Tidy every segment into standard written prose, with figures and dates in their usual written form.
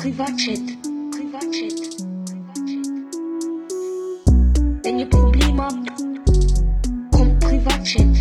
Privatchat. Wenn ihr Probleme habt, kommt Privatchat.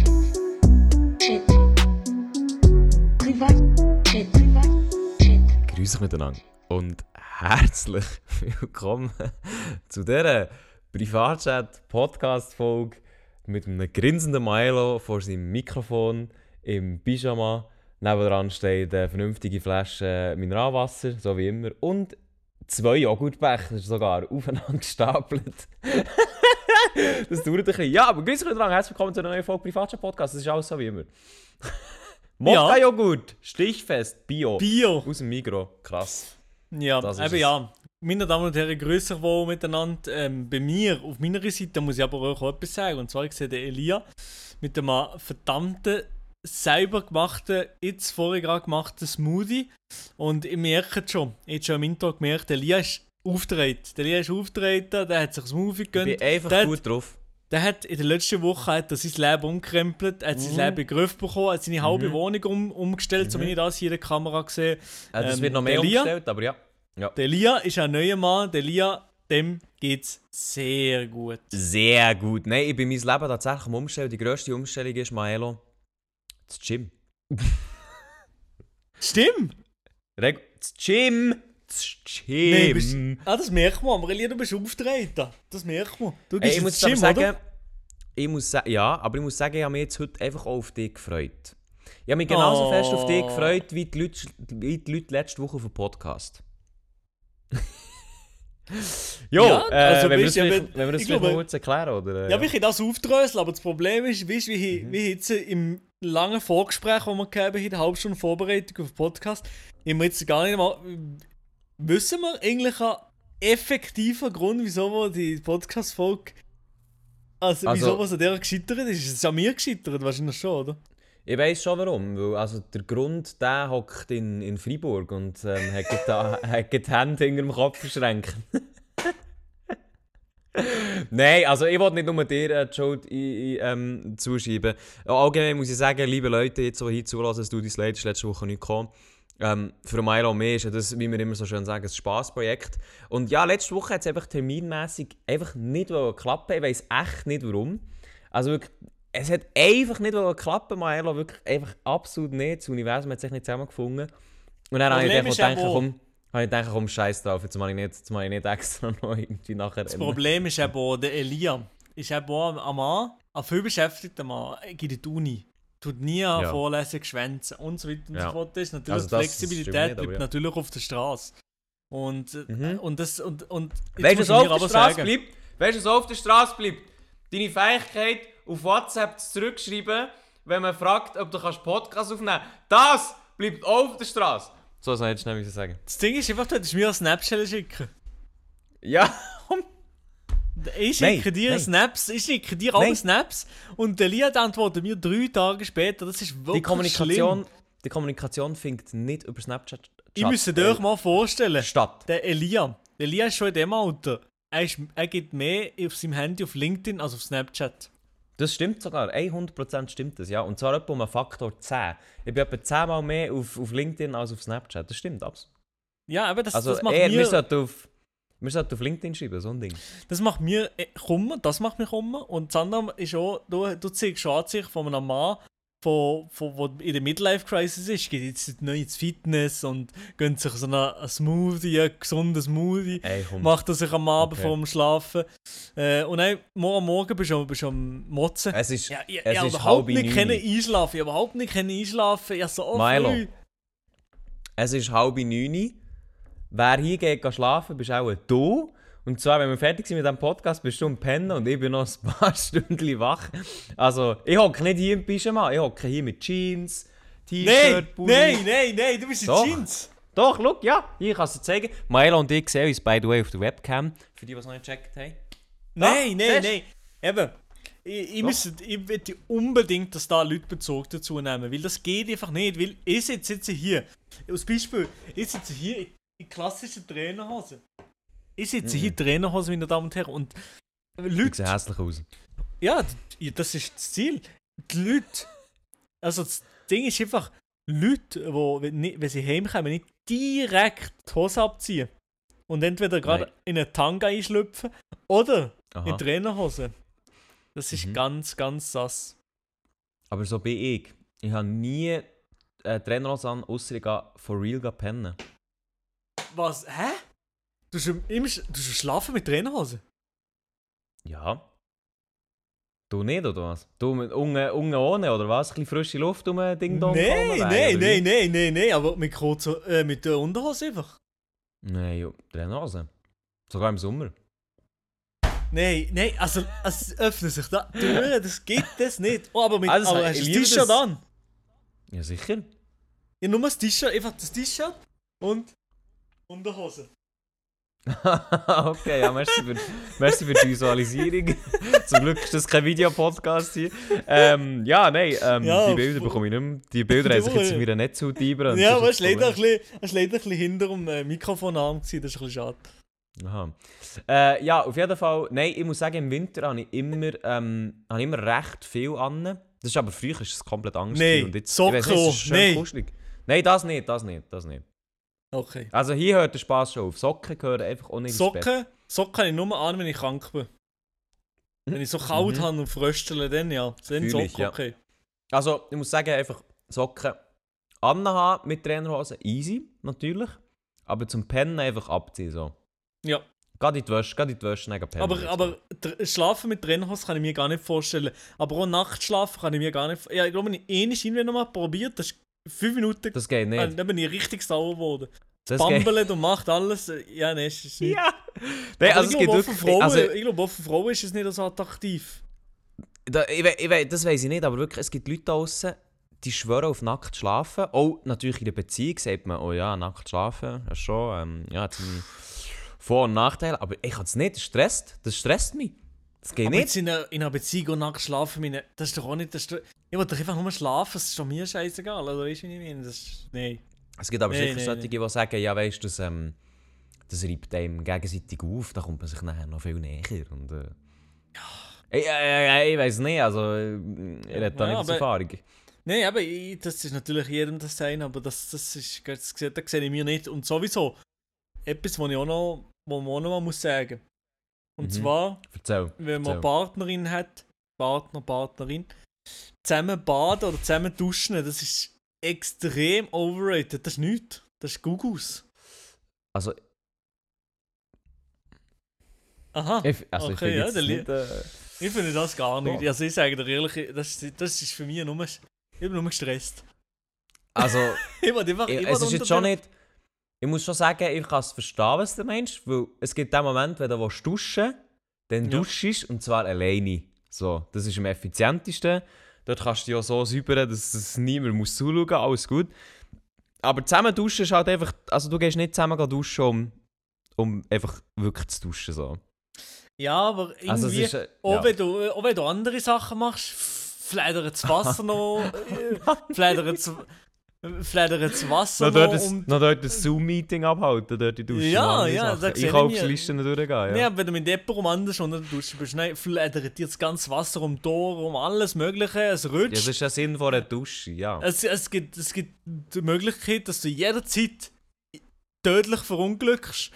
Privatchat. Grüß euch miteinander und herzlich willkommen zu dieser Privatchat-Podcast-Folge mit einem grinsenden Milo vor seinem Mikrofon im Pyjama. Nebenan steht eine vernünftige Flasche Mineralwasser, so wie immer, und 2 Joghurtbecher sogar aufeinander gestapelt. Das dauert ein bisschen. Ja, aber grüß euch miteinander, herzlich willkommen zu einer neuen Folge Privatchat-Podcast. Das ist alles so wie immer. Mokka-Joghurt, stichfest, Bio. Aus dem Migros, krass. Ja, eben ja. Meine Damen und Herren, grüß euch wohl miteinander. Bei mir, auf meiner Seite, muss ich aber auch etwas sagen. Und zwar, ich sehe den Elia mit einem verdammten, selber gemachten, jetzt vorher gerade gemachten Smoothie. Und ich merke schon, ich habe schon im Intro gemerkt, der Elia ist aufgetreten. Der hat sich ein Smoothie gegönnt. Ich bin einfach gut drauf. Der hat in der letzten Woche hat er sein Leben umgekrempelt, hat sein Leben in den Griff bekommen, hat seine halbe Wohnung umgestellt, so wie ich das hier in der Kamera gesehen habe. Das wird noch mehr umgestellt, aber ja. Der Elia ist ein neuer Mann. Der Elia, dem geht's sehr gut. Sehr gut. Nein, ich bin mein Leben tatsächlich am Umstellen. Die grösste Umstellung ist, Maelo, das Gym. Stimmt! Das Gym! Nee, das merkt man. Aber Elia, du bist aufgetreten. Das merkt man. Du gehst ins Gym, oder? Ich muss sagen, ich habe mich jetzt heute einfach auch auf dich gefreut. Ich habe mich genauso fest auf dich gefreut, wie die Leute letzte Woche auf dem Podcast. Jo, ja, also wenn wir das vielleicht mal kurz erklären, oder? Ja, wir können das aufdröseln, aber das Problem ist, weißt du, wie jetzt im langen Vorgespräch, das wir gegeben haben, in der halben Stunde Vorbereitung auf den Podcast, haben wir jetzt gar nicht mal... Wissen wir eigentlich einen effektiven Grund, wieso wir die Podcast-Folge... Also wieso was an der gescheitert ist? Es ist an mir gescheitert, wahrscheinlich schon, oder? Ich weiss schon warum, weil also der Grund, der hockt in Freiburg und hat die Hände hinter dem Kopf verschränkt. Nein, also ich wollte nicht nur dir die Schuld zuschieben. Allgemein muss ich sagen, liebe Leute, jetzt so hier zulassen, es tut uns leid, ist letzte Woche nicht gekommen. Für Milo und mich ist das, wie wir immer so schön sagen, ein Spassprojekt. Und ja, letzte Woche hat es einfach terminmässig einfach nicht klappen. Ich weiss echt nicht warum. Also wirklich, es hat einfach nicht klappen, Milo, wirklich einfach absolut nicht. Das Universum hat sich nicht zusammengefunden. Und dann habe ich gedacht, komm, scheiß drauf, jetzt mache ich nicht extra noch irgendwie nachher. Das Problem ist eben auch, der Elia ist eben auch ein Mann, ein viel beschäftigter Mann, geht in die Uni. Tut nie an Vorlesungen schwänzen und so weiter und so fort. Das natürlich, also die Flexibilität bleibt natürlich auf der Straße. Und weißt du, was auf der Straße bleibt? Weißt du, was auf der Straße bleibt? Deine Fähigkeit, auf WhatsApp zurückschreiben, wenn man fragt, ob du Podcast aufnehmen kannst. Das bleibt auf der Straße. So soll ich jetzt schnell sagen. Das Ding ist einfach, du hättest mir eine Snapchat schicken. Ja, Ich schicke dir Snaps, ich schicke dir alle Snaps und der Lied antwortet mir 3 Tage später. Das ist wirklich schlimm. Die Kommunikation findet nicht über Snapchat statt. Ich müsste dir mal vorstellen, statt. Der Elia ist schon in dem Alter. Er geht mehr auf seinem Handy auf LinkedIn als auf Snapchat. Das stimmt sogar, 100% stimmt das, ja. Und zwar etwa um einen Faktor 10. Ich bin etwa 10 Mal mehr auf LinkedIn als auf Snapchat, das stimmt absolut. Ja, aber das macht mir... Wir sollten auf LinkedIn schreiben, so ein Ding. Das macht mir Kummer. Und das andere ist auch, du zeigst schon Ansicht von einem Mann, der in der Midlife-Crisis ist, geht jetzt neu ins Fitness und gönnt sich so einen Smoothie, einen gesunden Smoothie, macht er sich am Abend vor dem Schlafen. Und dann, am Morgen bist du am Motzen. Es ist überhaupt nicht einschlafen. Ich überhaupt nicht einschlafen. Ich so Milo, es ist 8:30. Wer hier geht schlafen, bist auch du. Und zwar, wenn wir fertig sind mit diesem Podcast, bist du am Pennen und ich bin noch ein paar Stunden wach. Also, ich hocke nicht hier im Pyjama, ich hocke hier mit Jeans, T-Shirt, Pulli. Nein, du bist in Jeans. Doch, schau, ja, hier kannst du dir zeigen. Maela und ich sehen uns, by the way, auf der Webcam, für die, die es noch nicht gecheckt haben. Nein. Eben, ich möchte unbedingt, dass da Leute Bezug dazu nehmen, weil das geht einfach nicht, weil ich sitze hier, als Beispiel, ich sitze hier in klassischen Trainerhosen. Ich sitze hier in Trainerhosen, meine Damen und Herren, und Leute... Sieht hässlich aus. Ja, das ist das Ziel. Die Leute... Also das Ding ist einfach, Leute, wenn sie heimkommen, nicht direkt die Hose abziehen und entweder gerade in eine Tanga einschlüpfen oder in Trainerhose. Das ist ganz, ganz sass. Aber so bin ich. Ich habe nie Trainerhose an, ausser ich gehe for real pennen. Was? Hä? Du schlafen mit Trainerhose? Ja. Du nicht, oder was? Du mit unten ohne, oder was? Ein bisschen frische Luft um ein Ding-Dong? Nein, aber mit der Unterhose einfach. Nein, ja, Trainerhose. Sogar im Sommer. Nein, also es öffnet sich da Türen, das gibt es nicht. Oh, aber Also, hast du das T-Shirt an? Ja, sicher. Ja, nur das T-Shirt, einfach das T-Shirt und Unterhose. Okay, ja, merci für die Visualisierung. Zum Glück ist das kein Videopodcast hier. Ja, nein, die Bilder bekomme ich nicht mehr. Die Bilder haben sich jetzt in meiner Netzhaut eingebrannt. Ja, aber es war leider ein bisschen hinter dem Mikrofonarm, das ist ein bisschen schade. Aha. Ja, auf jeden Fall. Nein, ich muss sagen, im Winter habe ich immer recht viel an. Das ist aber früher ist es komplett Angst. Nein, und jetzt, Socken, ich weiss nicht, es ist schön kuschelig. Nein, das nicht. Okay. Also hier hört der Spass schon auf. Socken gehören einfach auch nicht ins Bett. Socken kann ich nur an, wenn ich krank bin. Wenn ich so kalt habe und fröstle, dann ja. Dann Socken, okay. Also, ich muss sagen, einfach Socken anhaben mit Trainerhosen, easy, natürlich. Aber zum Pennen einfach abziehen, so. Ja. Geh in die Wäsche, dann pennen. Aber Schlafen mit Trainerhosen kann ich mir gar nicht vorstellen. Aber auch Nachtschlafen kann ich mir gar nicht vorstellen. Ja, ich glaube, wenn ich irgendwann noch mal probiert, das ist 5 Minuten. Das geht nicht. Dann bin ich richtig sauer geworden. Das bambelt und macht alles. Ja, nein, ist nicht. Ja! Nein, also ich glaube, auch für Frauen ist es nicht so attraktiv. Das weiss ich nicht, aber wirklich, es gibt Leute da draussen, die schwören auf nackt schlafen. Auch natürlich in der Beziehung sagt man, oh ja, nackt schlafen, ja schon, ja, hat seine Vor- und Nachteile. Aber ich kann es nicht, das stresst mich. Das geht aber nicht. Jetzt in einer Beziehung nackt schlafen, das ist doch auch nicht... Ich will doch einfach nur schlafen, das ist doch mir scheißegal, oder weißt du, wie ich meine? Nein. Es gibt aber sicher solche, die sagen, ja weißt du, das reibt einem gegenseitig auf, da kommt man sich nachher noch viel näher. Und, ich weiss nicht, also ich hätte da nicht aus Erfahrung. Nein, aber das ist natürlich jedem das sein, aber das sehe ich mir nicht. Und sowieso, etwas, was man auch noch mal muss sagen. Und zwar, wenn man eine Partnerin hat, Partnerin, zusammen baden oder zusammen duschen, das ist extrem overrated. Das ist nichts. Das ist Gugus. Also... Aha. Okay, ich finde das gar nicht. Also ich sage dir ehrlich, das ist für mich nur... Ich bin nur gestresst. Also... es ist jetzt schon nicht... Ich muss schon sagen, ich kann es verstehen, was du meinst, weil es gibt den Moment, wenn du duschen willst, dann duschst und zwar alleine. So, das ist am effizientesten. Dort kannst du dich auch so säubern, dass es niemand muss zuschauen, alles gut. Aber zusammen duschen ist halt einfach... Also du gehst nicht zusammen duschen, um einfach wirklich zu duschen. So. Ja, aber irgendwie... Also auch wenn du andere Sachen machst, fledert das Wasser noch... Fledert das Wasser noch dort ein Zoom-Meeting abhalten, dort in Duschen. Ja, da sehe ich Einkaufslisten durchgehen, ja. Nee, aber wenn du mit jemandem umeinander unter der Dusche bist, fledert dir das ganze Wasser um die Ohren, um alles Mögliche, es rutscht. Ja, das ist der Sinn von einer Dusche, ja. Es gibt die Möglichkeit, dass du jederzeit tödlich verunglückst.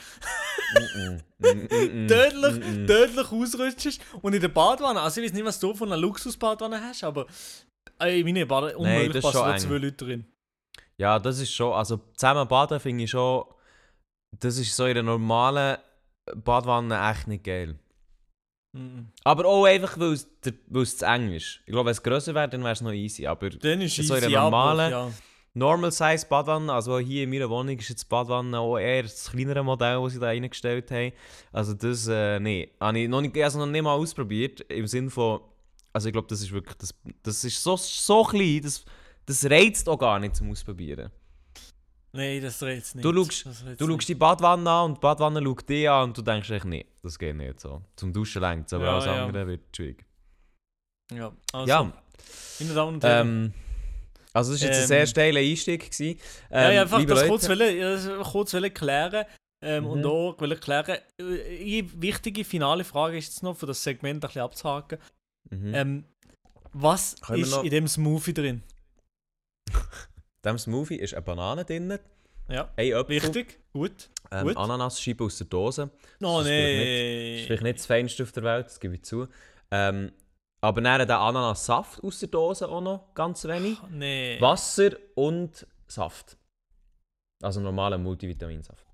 tödlich ausrutschst. Und in der Badwanne, also ich weiß nicht, was du von einer Luxusbadwanne hast, aber in meiner Badwanne unmöglich passen da 2 Leute drin. Ja, das ist schon, also zusammen baden finde ich schon, das ist so in einer normalen Badwanne echt nicht geil. Aber auch einfach, weil es zu eng ist. Ich glaube, wenn es grösser wäre, dann wäre es noch easy, aber dann ist so in einer normalen, Normal-Size Badwanne, also hier in meiner Wohnung ist jetzt die Badwanne auch eher das kleinere Modell, das sie da reingestellt haben. Also das, nee, habe ich noch nicht mal ausprobiert, im Sinne von, also ich glaube, das ist wirklich, das ist so klein, das reizt auch gar nicht zum Ausprobieren. Nein, das reizt nicht. Du schaust die Badwanne an und die Badwanne schaut dich an und du denkst echt, nee, das geht nicht so. Zum Duschen längt es, aber alles andere wird schwierig. Ja, also, meine Damen und Herren. Also das war jetzt ein sehr steiler Einstieg. Einfach das kurz klären. Und auch klären, eine wichtige finale Frage ist jetzt noch, für das Segment ein bisschen abzuhaken. Was ist in dem Smoothie drin? diesem Smoothie ist eine Banane drin, Ja, ein Apfel, richtig, gut. Gut. Ananasscheibe aus der Dose. Oh Das ist nee. vielleicht nicht das Feinste auf der Welt, das gebe ich zu. Aber dann der Ananassaft aus der Dose auch noch, ganz wenig. Nee. Wasser und Saft. Also normaler Multivitaminsaft.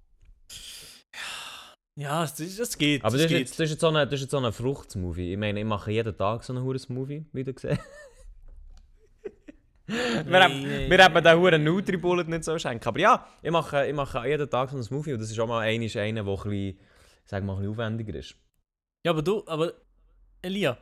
Ja, das geht. Aber das geht. ist jetzt so ein Fruchtsmoothie. Ich meine, ich mache jeden Tag so einen Huren-Smoothie, wie du gesehen. Wir haben den Huren Nutri-Bullet nicht so schenken. Aber ja, ich mache jeden Tag so einen Smoothie und das ist auch mal einer, der ein bisschen aufwendiger ist. Ja, aber Elia,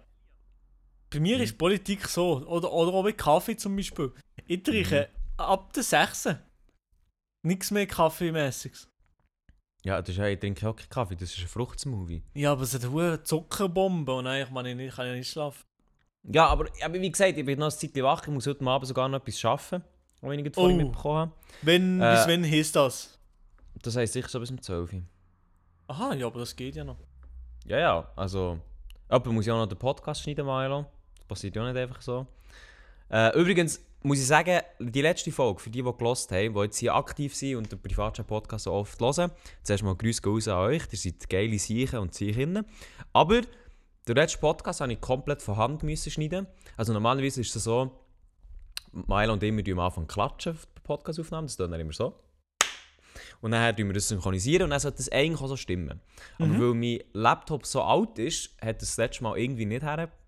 bei mir ist Politik so, oder auch mit Kaffee zum Beispiel. Ich trinke ab der 6. Nichts mehr Kaffeemäßiges. Ja, ich trinke auch keinen Kaffee, das ist ein Fruchtsmoothie. Ja, aber es hat eine Zuckerbombe und eigentlich kann ich nicht schlafen. Ja, aber wie gesagt, ich bin noch ein Zeitchen wach, ich muss heute Abend sogar noch etwas arbeiten, was ich vorhin mitbekommen habe. Bis wann heisst das? Das heisst sicher so bis um 12 Uhr. Aha, ja, aber das geht ja noch. Ja, also... Jemand muss ja auch noch den Podcast schneiden, Milo. Das passiert ja nicht einfach so. Übrigens muss ich sagen, die letzte Folge, für die gehört haben, die jetzt hier aktiv sind und den Privatchat-Podcast so oft hören, zuerst mal Grüße raus an euch, ihr seid geile Siechen und Siechinnen. Aber den letzten Podcast musste ich komplett von Hand schneiden. Also normalerweise ist es so, Milo und ich, wir am Anfang klatschen auf der Podcast-Aufnahme, das tun dann immer so. Und dann tun wir das synchronisieren und dann sollte das eigentlich auch so stimmen. Aber weil mein Laptop so alt ist, hat das letzte Mal irgendwie nicht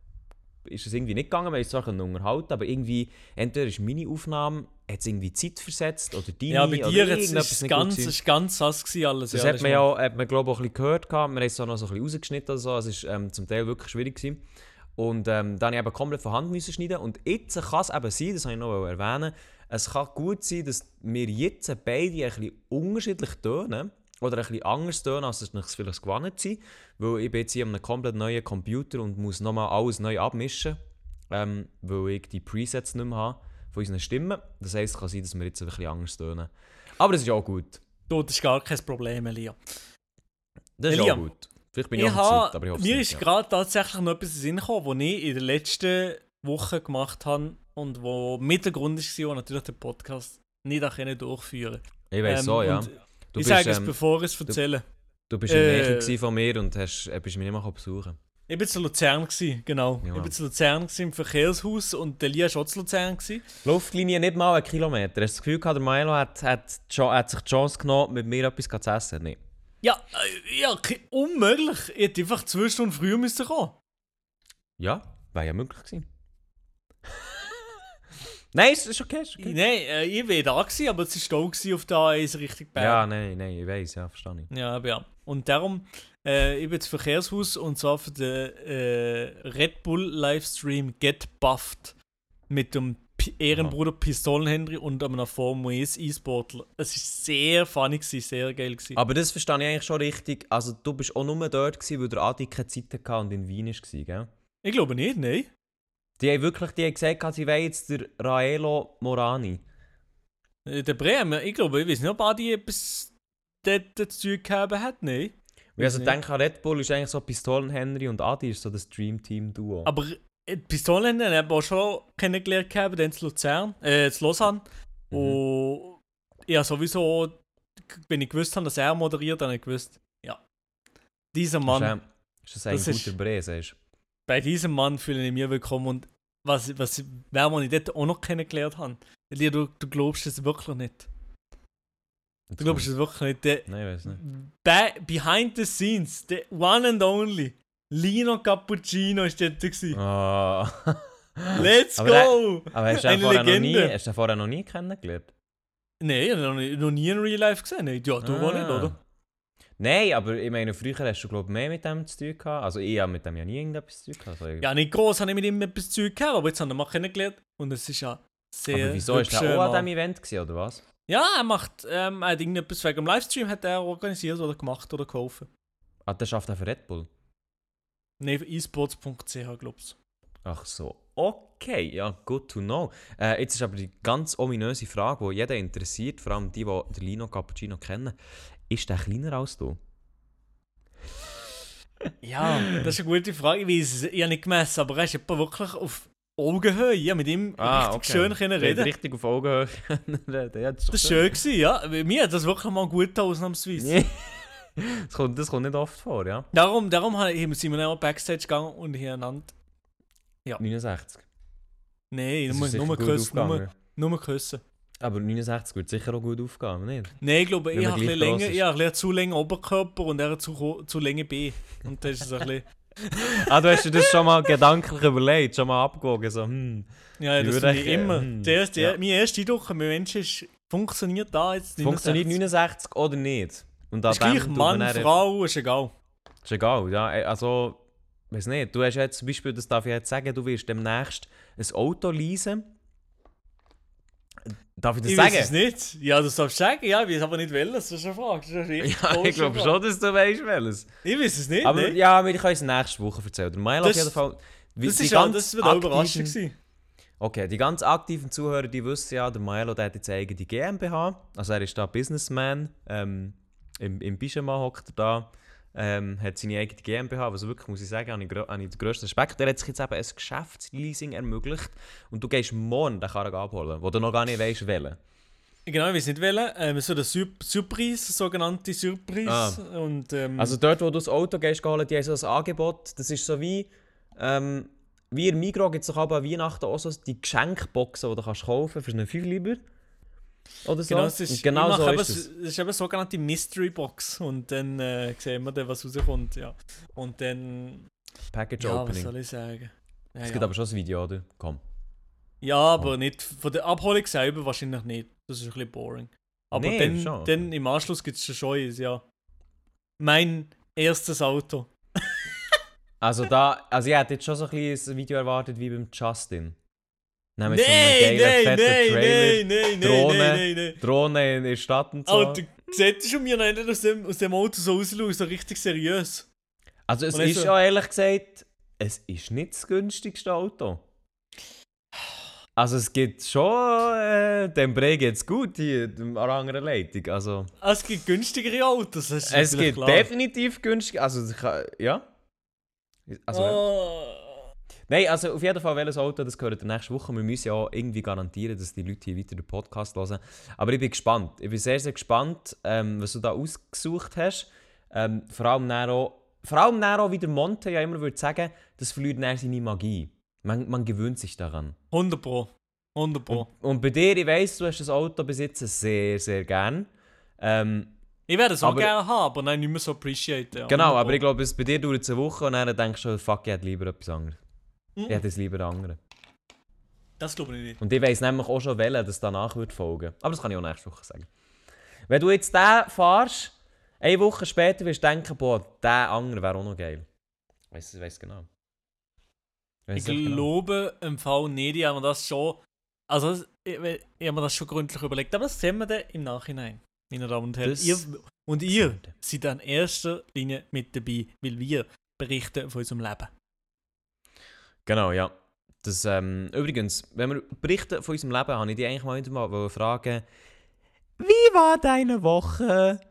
ist es irgendwie nicht gegangen, wir haben es zwar unterhalten, aber irgendwie, entweder ist meine Aufnahme, hat es irgendwie Zeit versetzt oder deine. Ja, bei dir ist es es ganz sass gewesen, alles. Das ja, hat man glaube ich, auch ein bisschen gehört. Wir haben es auch noch so ein bisschen rausgeschnitten. Also, es war zum Teil wirklich schwierig gewesen. Und dann habe ich eben komplett von Hand schneiden. Und jetzt kann es eben sein, das wollte ich noch erwähnen, es kann gut sein, dass wir jetzt beide ein bisschen unterschiedlich tönen. Oder ein bisschen anders tönen, als es vielleicht gewohnt sind. Weil ich bin jetzt hier an einem komplett neuen Computer und muss nochmal alles neu abmischen. Weil ich die Presets nicht mehr habe von unseren Stimmen. Das heisst, es kann sein, dass wir jetzt ein bisschen anders tönen. Aber das ist auch gut. Du, das ist gar kein Problem, Elia. Das ist Elia, auch gut. Vielleicht bin ich auch Zeit, aber ich hoffe mir nicht, ist gerade tatsächlich noch etwas in den Sinn gekommen, was ich in der letzten Woche gemacht habe und wo mit der Grund war, natürlich den Podcast nicht durchführen konnte. Ich weiss so, ja. Ich sage es, bevor ich es erzähle. Du bist in der Nähe von mir und bist mich nicht mehr besuchen. Ich war zu Luzern, genau. Ja. Ich war zu Luzern im Verkehrshaus und der Lia war auch zu Luzern. Luftlinie nicht mal 1 Kilometer. Hast du das Gefühl gehabt, der Milo hat sich die Chance genommen, mit mir etwas zu essen? Nein. Ja, unmöglich. Ich hätte einfach 2 Stunden früher müssen kommen. Ja, wäre ja möglich gewesen. Nein, ist okay. Nein, ich wäre da gewesen, aber es war Stau auf der A1 Richtung Bern. Ja, nein, ich weiss, ja, verstehe ich. Ja, aber ja. Und darum, ich bin ins Verkehrshaus und zwar für den Red Bull Livestream Get Buffed mit dem Ehrenbruder Pistolenhenry und einem Formel 1 E-Sportler. Es war sehr funny, sehr geil gewesen. Aber das verstehe ich eigentlich schon richtig. Also du bist auch nur dort gewesen, weil der Adi keine Zeit hatte und in Wien war, gell? Ich glaube nicht, nein. Die haben gesagt, sie wollen jetzt der Raelo Morani. Der Bremen, ich glaube, ich weiß nicht, ob Adi etwas dort zu tun gehabt hat, nein. Ich also denke, Red Bull ist eigentlich so Pistolen-Henry und Adi ist so das Dream-Team-Duo. Aber Pistolenhenry haben wir auch schon kennengelernt gehabt, dann zu Luzern, zu Lausanne. Und ja, sowieso, wenn ich gewusst habe, dass er moderiert, dann habe ich gewusst, ja, dieser Mann... Ist das ein guter Bre, sagst du? Bei diesem Mann fühle ich mich willkommen und wer ich dort auch noch kennengelernt habe. Elia, du glaubst es wirklich nicht. Du glaubst es wirklich nicht. Nein, ich weiß nicht. Behind the scenes, the one and only, Lino Cappuccino war dort. Oh. Let's go! Aber hast du ihn vorher noch nie kennengelernt? Nein, ich habe noch nie in Real Life gesehen. Ja, du auch nicht, oder? Nein, aber ich meine, früher hast du, glaube ich, mehr mit dem zu tun gehabt. Also ich habe mit dem ja nie irgendetwas zu tun gehabt. Also, ja, nicht gross habe ich mit ihm etwas zu tun gehabt, aber jetzt haben wir mal kennengelernt. Und es ist ja sehr aber wieso, ist er auch an diesem Event gewesen, oder was? Ja, er macht, er hat irgendetwas wegen dem Livestream hat er organisiert oder gemacht oder geholfen. Ah, der schafft auch für Red Bull? Nein, esports.ch, glaubst du. Ach so. Okay, ja, good to know. Jetzt ist aber die ganz ominöse Frage, die jeden interessiert, vor allem die den Lino Cappuccino kennen. Ist der kleiner als du? Ja, das ist eine gute Frage. Ich weiß es, ich habe nicht gemessen, aber er ist etwa wirklich auf Augenhöhe. Ja, mit ihm richtig schön können reden. Richtig auf Augenhöhe reden. Ja, Das war schön gewesen, ja. Mir hat das wirklich mal gut getan, ausnahmsweise. das kommt nicht oft vor, ja. Darum sind wir dann auch Backstage gegangen und hier einander. Ja. 69. Nein, Das nur ist sicher gut küssen. aufgegangen. Nur küssen. Aber 69 wird sicher auch gut aufgehen, nicht? Nein, ich glaube, Wenn ich man habe ein gleich bisschen gross länger, ist. ein bisschen zu langen Oberkörper und er hat zu lange B. Und das ist ein bisschen... Du hast dir das schon mal gedanklich überlegt, schon mal abgewogen, so, Ja, Ich das würde finde ich echt, immer. ja. Mein erster Eindruck, ein Mensch ist, funktioniert da jetzt Funktioniert 69 oder nicht? Und an Ist gleich dem tut Mann, man dann- Frau, ist egal. Ist egal, ja. Also, weiß nicht. Du hast jetzt zum Beispiel, das darf ich jetzt sagen, du wirst demnächst ein Auto leasen. Darf ich das Ich sagen? weiß es nicht. Ja, das darfst du sagen. Ja, ich weiß aber nicht welches. Das ist eine Frage. Das ist eine richtig Ja, ich grosse glaube Frage. schon, dass du weißt, welches. Ich weiß es nicht, Aber ne? ja, wir können es nächste Woche erzählen. Der Milo auf Das- jeden Fall. Das wird auch überraschend gewesen. Okay, die ganz aktiven Zuhörer, die wissen ja, der Milo der hat jetzt eine eigene GmbH. Also er ist da Businessman. Im Pyjama hockt er da. Hat seine eigene GmbH, was wirklich, muss ich sagen, habe ich den grössten Respekt. Der hat sich jetzt eben ein Geschäftsleasing ermöglicht und du gehst morgen den Karren abholen, wo du noch gar nicht weißt, welchen. Genau, ich weiß nicht welchen. So der Surprise, sogenannte Surprise. Und, Also dort, wo du das Auto gehst holen, die haben so ein Angebot, das ist so wie in Migros gibt es doch aber an Weihnachten auch so die Geschenkboxen, die du kannst kaufen für einen 5 lieber. Oder so. genau, es ist, Und genau so ist es. es. Es ist eben eine sogenannte Mystery Box. Und dann sehen wir dann, was rauskommt. Ja. Und dann... Package Ja, was Opening. soll ich sagen? Ja, Es ja. gibt aber schon ein Video, oder? Komm. Ja, aber nicht von der Abholung selber wahrscheinlich nicht. Das ist ein bisschen boring. Aber Nee, schon. dann im Anschluss gibt es schon eins, ja. Mein erstes Auto. Also ich hätte jetzt schon so ein bisschen ein Video erwartet wie beim Justin. Nein, mit Nein, so einem geilen, fetten Trailer. Drohne. nein. Drohne in der Stadt und so. Alter, siehst du schon mir noch nicht aus dem Auto so rausschauen, so richtig seriös. Also es Und dann ist so- ja ehrlich gesagt, es ist nicht das günstigste Auto. Also es gibt schon, dem Bre geht's gut hier, an einer anderen Leitung. Also, Es gibt günstigere Autos, das ist es natürlich gibt klar. definitiv günstig, also ja. Also, Oh. nein, also auf jeden Fall welches Auto, das gehört nächste Woche. Wir müssen ja auch irgendwie garantieren, dass die Leute hier weiter den Podcast hören. Aber ich bin gespannt. Ich bin sehr, sehr gespannt, was du da ausgesucht hast. Vor allem dann auch, wie der Monte ja immer würde sagen, das verliert dann seine Magie. Man gewöhnt sich daran. 100 Pro. 100 Pro. Und bei dir, ich weiss, du hast das Auto besitzen sehr, sehr gern. Ich werde es auch aber- gerne haben, aber nein, nicht mehr so appreciate. Ja. Genau, 100 aber Pro. ich glaube, bei dir dauert es eine Woche und dann denkst du, fuck, ich hätte lieber etwas anderes. Mhm. Ich hätte es lieber andere. Das glaube ich nicht. Und ich weiss nämlich auch schon, welcher das danach wird folgen. Aber das kann ich auch nächste Woche sagen. Wenn du jetzt den fährst, eine Woche später wirst du denken, boah, der andere wäre auch noch geil. Weiss genau. Ich glaube im Fall nicht, ich habe mir das schon. Also, ich habe mir das schon gründlich überlegt, aber das sehen wir dann im Nachhinein, meine Damen und Herren. Das- Ihr seid in erster Linie mit dabei, weil wir berichten von unserem Leben. Genau, ja. Das, übrigens, wenn wir berichten von unserem Leben, habe ich dich eigentlich mal wieder mal fragen, wie war deine Woche?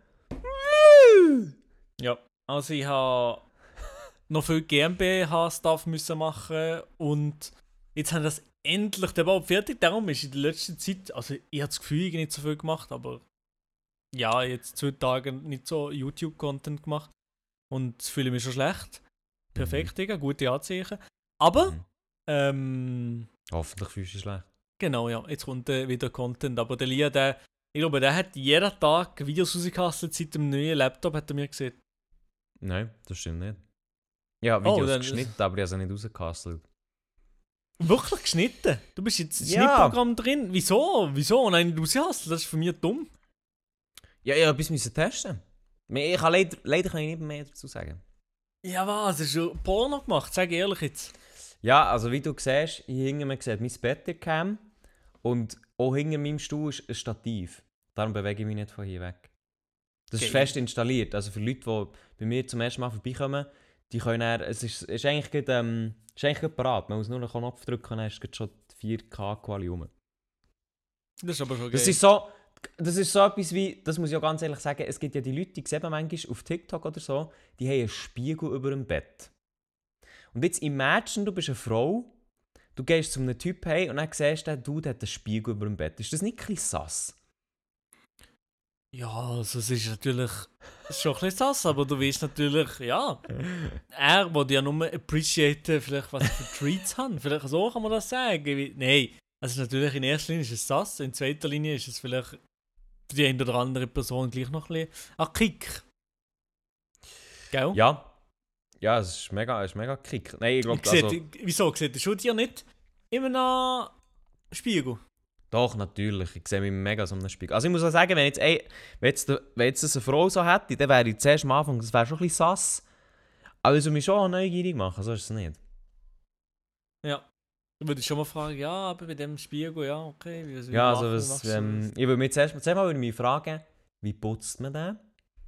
Ja. Also, ich habe noch viel GmbH-Stuff müssen machen und jetzt haben das endlich der Bau fertig. Darum ist in der letzten Zeit, also ich habe das Gefühl, ich habe nicht so viel gemacht, aber ja, jetzt 2 Tage nicht so YouTube-Content gemacht und das fühle ich mich schon schlecht. Perfekt, Digga, gute Anzeichen. Aber, Hoffentlich fühlst du dich schlecht. genau, ja, jetzt kommt wieder Content. Aber der Lia, ich glaube, der hat jeden Tag Videos rausgekastet seit dem neuen Laptop, hat er mir gesehen. Nein, das stimmt nicht. Ja, Videos dann- geschnitten, aber ich habe sie nicht rausgekastelt. Wirklich geschnitten? Du bist jetzt im Ja. Schnittprogramm drin? Wieso? Wieso? Nein, du hast das ist für mich dumm. Ja, ich musste etwas testen. Ich kann leider kann ich nicht mehr dazu sagen. Ja, was? Hast du Porno gemacht? Sag ehrlich jetzt. Ja, also wie du siehst, hier hinten man sieht mein Bett in der Cam und auch hinter meinem Stuhl ist ein Stativ. Darum bewege ich mich nicht von hier weg. Das ist Geil. fest installiert. Also für Leute, die bei mir zum ersten Mal vorbeikommen, die können dann, es ist eigentlich gerade parat. Man muss nur einen Knopf drücken und dann ist schon 4K-Quali rum. Das ist aber schon geil. Das ist so etwas wie, das muss ich auch ganz ehrlich sagen, es gibt ja die Leute, die sehen man manchmal auf TikTok oder so, die haben einen Spiegel über dem Bett. Und jetzt imagine, du bist eine Frau, du gehst zu einem Typ hey und dann siehst du, der Dude hat einen Spiegel über dem Bett. Ist das nicht ein bisschen sass? Ja, also es ist natürlich schon ein bisschen sass, aber du weißt natürlich, ja, er will ja nur appreciaten, vielleicht was für Treats haben. Vielleicht so kann man das sagen. Nein, also natürlich in erster Linie ist es sass, in zweiter Linie ist es vielleicht für die eine oder andere Person gleich noch ein bisschen ein Kick. Gell? Ja. Ja, es ist mega kick. Nein, ich glaube, also... Wieso? Sieht der Schuh nicht immer noch Spiegel? Doch, natürlich. Ich sehe mich mega so einem Spiegel. Also ich muss auch sagen, wenn jetzt das eine Frau so hätte, dann wäre ich zuerst am Anfang, das wäre schon ein bisschen sass. Aber es würde mich schon neugierig machen, so ist es nicht. Ja. Du würdest schon mal fragen, ja, aber bei dem Spiegel, ja, okay. Wie ja, also was, ich würde mich zuerst mal fragen, wie putzt man den?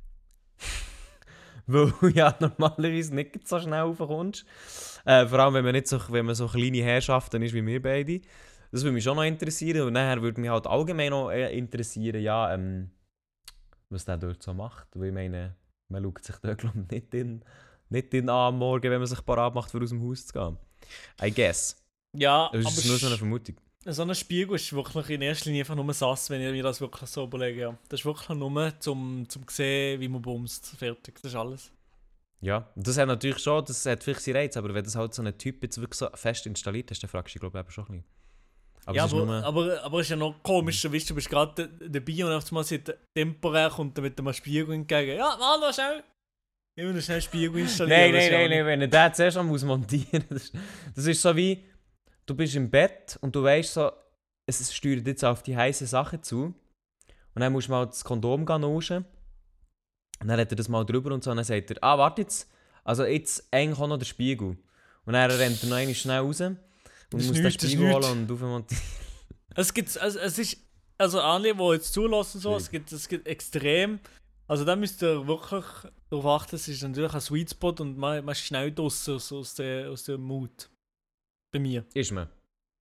Weil du ja normalerweise nicht so schnell raufkommst. Vor allem, wenn man so kleine Herrschaften ist wie wir beide. Das würde mich schon noch interessieren. Und nachher würde mich halt allgemein noch interessieren, ja, was der dort so macht. Weil ich meine, man schaut sich dort glaub, nicht in am Morgen, wenn man sich parat macht, für aus dem Haus zu gehen. I guess. Ja, das ist nur so eine Vermutung. So ein Spiegel ist wirklich in erster Linie einfach nur sass, wenn ich mir das wirklich so überlege. Ja. Das ist wirklich nur zum sehen, wie man bumst. Fertig, das ist alles. Ja, das hat natürlich schon, das hat vielleicht seinen Reiz, aber wenn das halt so ein Typ jetzt wirklich so fest installiert ist, dann fragst du dich, glaube ich, schon ein bisschen. Aber ja, es ist aber es ist ja noch komisch, du bist gerade dabei und auf einmal sieht temporär kommt mit einem Spiegel entgegen. Ja, hallo, schau! Ich will schnell einen Spiegel installieren. Nein, wenn er den zuerst noch montieren muss. Das ist so wie, du bist im Bett und du weißt so, es steuert jetzt auf die heiße Sache zu. Und dann musst du mal das Kondom rauschen. Und dann hat er das mal drüber und so. Und dann sagt er, warte jetzt. Also jetzt eigentlich auch noch der Spiegel. Und dann rennt er noch einmal schnell raus. Und muss den Spiegel holen und aufmontieren. Es ist, also alle, die jetzt zulassen, so, es gibt extrem. Also da müsst ihr wirklich darauf achten, es ist natürlich ein Sweet Spot und man ist schnell draussen aus der Mut. Bei mir. Ist man?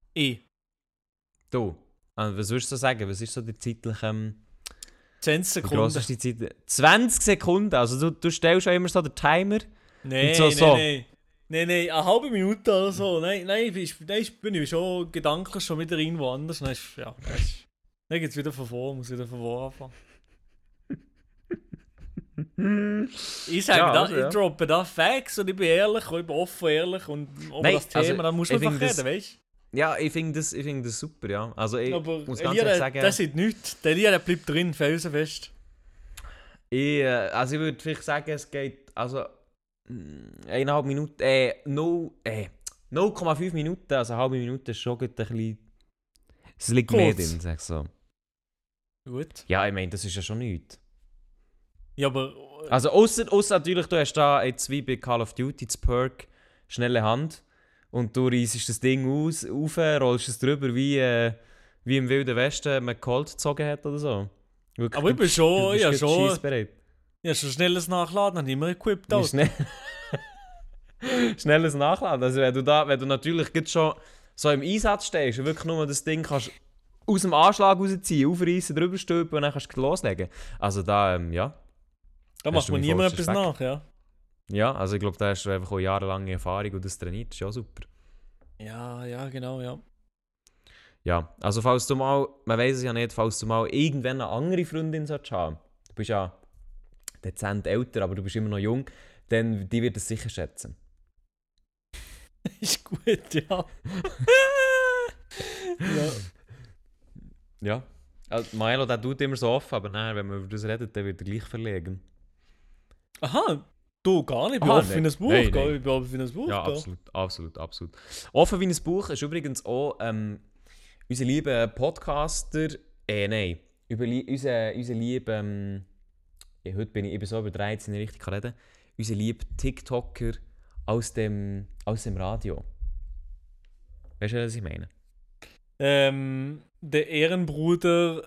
Du, was würdest du sagen? Was ist so die zeitliche... 10 Sekunden. Wie gross ist die Zeit? 20 Sekunden? Also du stellst schon immer so den Timer? Nein, Nein, eine halbe Minute oder so. Nein, bin ich schon gedanklich schon wieder irgendwo anders. Dann geht es wieder von vorne, muss wieder von vorne anfangen. Ich sage, ich droppe da Facts und ich bin ehrlich, ich bin offen ehrlich und über das Thema, dann muss man einfach reden, weißt du? Ja, ich finde das super, ja. Also ich muss ganz Elia, ehrlich sagen... Das ist nichts. Der Elia, der bleibt drin, felsenfest. Ich würde vielleicht sagen, es geht... Also 1,5 Minuten... 0,5 Minuten, also eine halbe Minute ist schon ein bisschen... Es liegt mehr drin, sag ich so. Gut. Ja, ich meine, das ist ja schon nichts. Ja, aber... Also ausser natürlich, du hast da jetzt wie bei Call of Duty das Perk schnelle Hand und du reissest das Ding rauf, rollst es drüber wie im Wilden Westen man Colt gezogen hat oder so. Wirklich, aber ich bin schon... Ja, schon schnelles Nachladen, habe ich immer equipped aus. Schnelles Nachladen. Also wenn du natürlich schon so im Einsatz stehst und wirklich nur das Ding kannst aus dem Anschlag rausziehen, aufreißen, drüber stülpen und dann kannst du loslegen. Also da, ja. Da macht man niemand etwas nach, ja. Ja, also ich glaube, da hast du einfach auch jahrelange Erfahrung und das trainiert, das ist ja super. Ja, genau, ja. Ja, also falls du mal, man weiß es ja nicht, falls du mal irgendwann eine andere Freundin sollst haben, du bist ja dezent älter, aber du bist immer noch jung, dann die wird es sicher schätzen. Ist gut, ja. Ja. Also Milo, der tut immer so offen, aber nein, wenn man über das redet, dann wird er gleich verlegen. Aha, du gar nicht, ich bin offen wie ein Buch. Nein. Ich bin offen wie ein Buch. Ja, absolut. Offen wie ein Buch ist übrigens auch unser lieber Podcaster, unser lieber, heute bin ich so über 13 richtig reden, unser lieber TikToker aus dem Radio. Weißt du, was ich meine? Der Ehrenbruder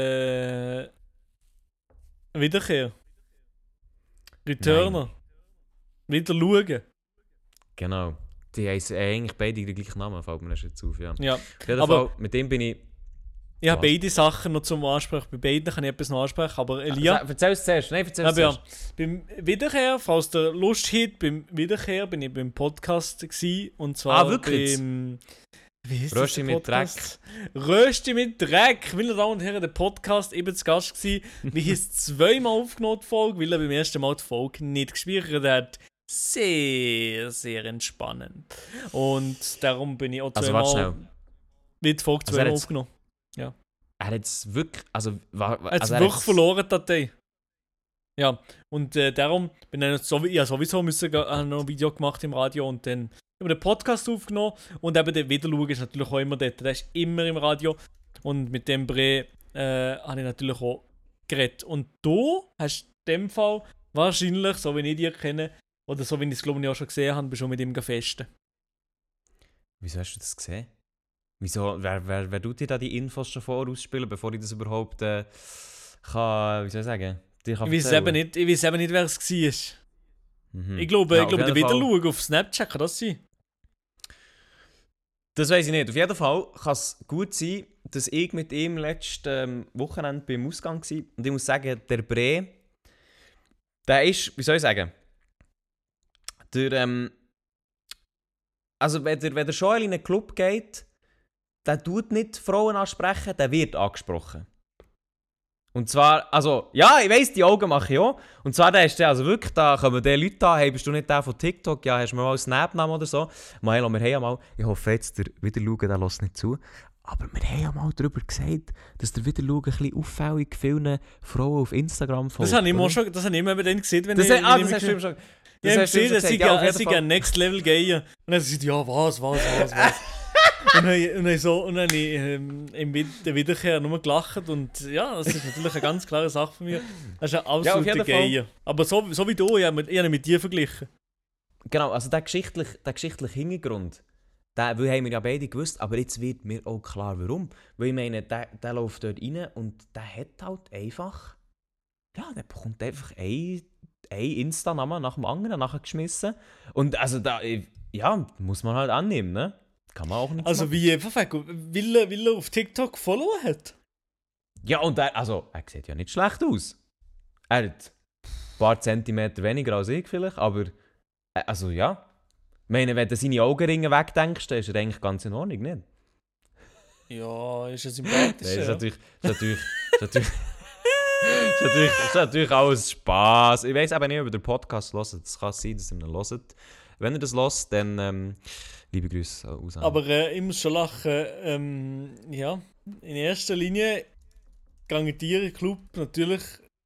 Wiederkehr. Returner. Nein. Wieder schauen. Genau. Die heißen eigentlich beide den gleichen Namen, fällt mir das jetzt auf. Ja. Auf jeden Fall, mit dem bin ich... Ich habe beide Sachen noch zum Ansprechen. Bei beiden kann ich etwas noch ansprechen, aber Elia... Erzähl es zuerst. Nein, erzähl es zuerst. Beim Wiederkehr, falls der Lust hat, beim Wiederkehr bin ich beim Podcast gewesen, und zwar wirklich? Wie heißt Rösti mit Dreck. Rösti mit Dreck. Meine Damen und Herren, der Podcast eben zu Gast gewesen. Wir haben es zweimal aufgenommen, die Folge, weil er beim ersten Mal die Folge nicht gespeichert hat. Sehr, sehr entspannend. Und darum bin ich auch zweimal mit die Folge zweimal aufgenommen. Ja. Er hat es wirklich, also... Er hat es wirklich verloren, die Datei. Ja, und darum bin ich sowieso noch ein Video gemacht im Radio und dann über den Podcast aufgenommen und eben der Wiederschauen ist natürlich auch immer dort. Der ist immer im Radio und mit dem Bre habe ich natürlich auch geredet. Und du hast in dem Fall wahrscheinlich, so wie ich dich kenne, oder so wie ich es glaube ich auch schon gesehen habe, bist du mit ihm gefesten. Wieso hast du das gesehen? Wieso, wer tut dir da die Infos schon vorausspielen, bevor ich das überhaupt kann, wie soll ich sagen, dir kann ich weiß eben nicht, wer es war. Mhm. Ich glaube, der Wiederschauen auf Snapchat kann das sein. Das weiss ich nicht. Auf jeden Fall kann es gut sein, dass ich mit ihm letztes Wochenende beim Ausgang war. Und ich muss sagen, der Bre, der ist, wie soll ich sagen, also wenn der Joel in einen Club geht, der tut nicht Frauen ansprechen, der wird angesprochen. Und zwar, also, ja, ich weiss, die Augen mache ich auch. Und zwar, da ist der, also wirklich, da kommen die Leute an, hey, bist du nicht der von TikTok? Ja, hast du mir mal einen Snap genommen oder so? Maelo, wir haben ja mal, ich hoffe jetzt, der Wiederschauen, der lässt nicht zu, aber wir haben ja mal darüber gesagt, dass der Wiederschauen ein bisschen auffällig vielen Frauen auf Instagram folgt. Das habe ich immer schon, das habe ich immer bei denen gesehen, wenn das ich... Das hast du schon... Ja, ich habe gesehen, dass sie ein Next Level gehen. Und dann haben sie gesagt, ja, was. Und dann habe ich in der Wiederkehr nur gelacht und ja, das ist natürlich eine ganz klare Sache von mir. Das ist ein absoluter Geier. Aber so wie du, ich habe ihn mit dir verglichen. Genau, also der geschichtliche Hintergrund, den haben wir ja beide gewusst, aber jetzt wird mir auch klar, warum. Weil ich meine, der läuft dort rein und der hat halt einfach, ja, der bekommt einfach ein Insta-Namen nach dem anderen nachgeschmissen. Und also da, ja, muss man halt annehmen, ne? Kann man auch nicht also machen. Wie, perfekt, weil er auf TikTok Follower hat? Ja, und er sieht ja nicht schlecht aus. Er hat ein paar Zentimeter weniger als ich vielleicht, aber, also ja. Ich meine, wenn du seine Augenringe wegdenkst, dann ist er eigentlich ganz in Ordnung, nicht? Ja, ist er sympathisch. Nee, ist natürlich alles Spass. Ich weiss eben nicht, ob ihr den Podcast hört. Es kann sein, dass ihr ihn hört. Wenn ihr das hört, dann liebe Grüße aus. Aber ich muss schon lachen. Ja, in erster Linie gehen die Tiere Club natürlich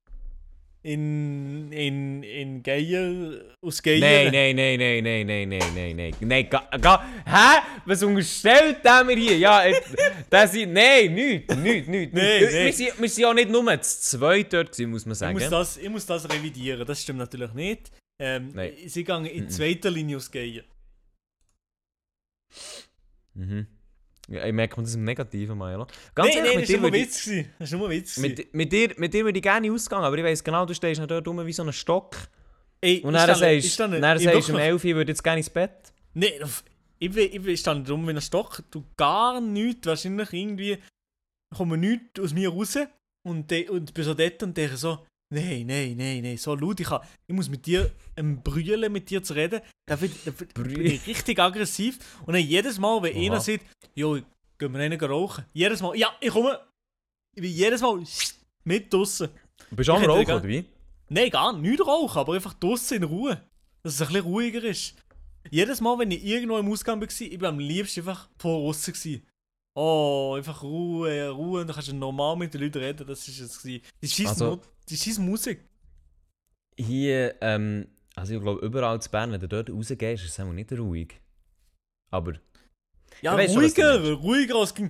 in Geier aus Geier. Nein. Hä? Was unterstellt der mir hier? Ja, das ist... Nein, nichts. Wir sind ja nicht nur zu zweit dort gewesen, muss man sagen. Ich muss das revidieren, das stimmt natürlich nicht. Sie gehen in zweiter Linie aus Geier. Mhm. Ja, ich merke das im Negativen, Maelo. Nein, das war nur ein Witz. Mit dir würde ich gerne ausgehen, aber ich weiss genau, du stehst nicht dort rum wie so ein Stock. Ey, und dann sagst du um 11 Uhr, ich würde jetzt gerne ins Bett. Nein, ich stand nicht rum wie ein Stock. Du gar nichts, wahrscheinlich irgendwie kommen nichts aus mir raus und bin so dort und denke so, nein, so laut, ich muss mit dir brüllen, mit dir zu reden, da bin ich richtig aggressiv und dann jedes Mal, wenn einer sagt, jo, gehen wir rein rauchen, jedes Mal, ja, ich komme, ich bin jedes Mal mit draussen. Bist du auch am Rauchen, oder wie? Nein, gar nicht rauchen, aber einfach draussen in Ruhe, dass es ein bisschen ruhiger ist. Jedes Mal, wenn ich irgendwo im Ausgang war, ich war am liebsten einfach vor draussen gewesen. Oh, einfach Ruhe, und dann kannst du normal mit den Leuten reden, das ist es gewesen. Die scheiß Musik. Hier, also ich glaube, überall zu Bern, wenn du dort rausgehst, ist es auch nicht ruhig. Aber... Ja, ruhiger als ging...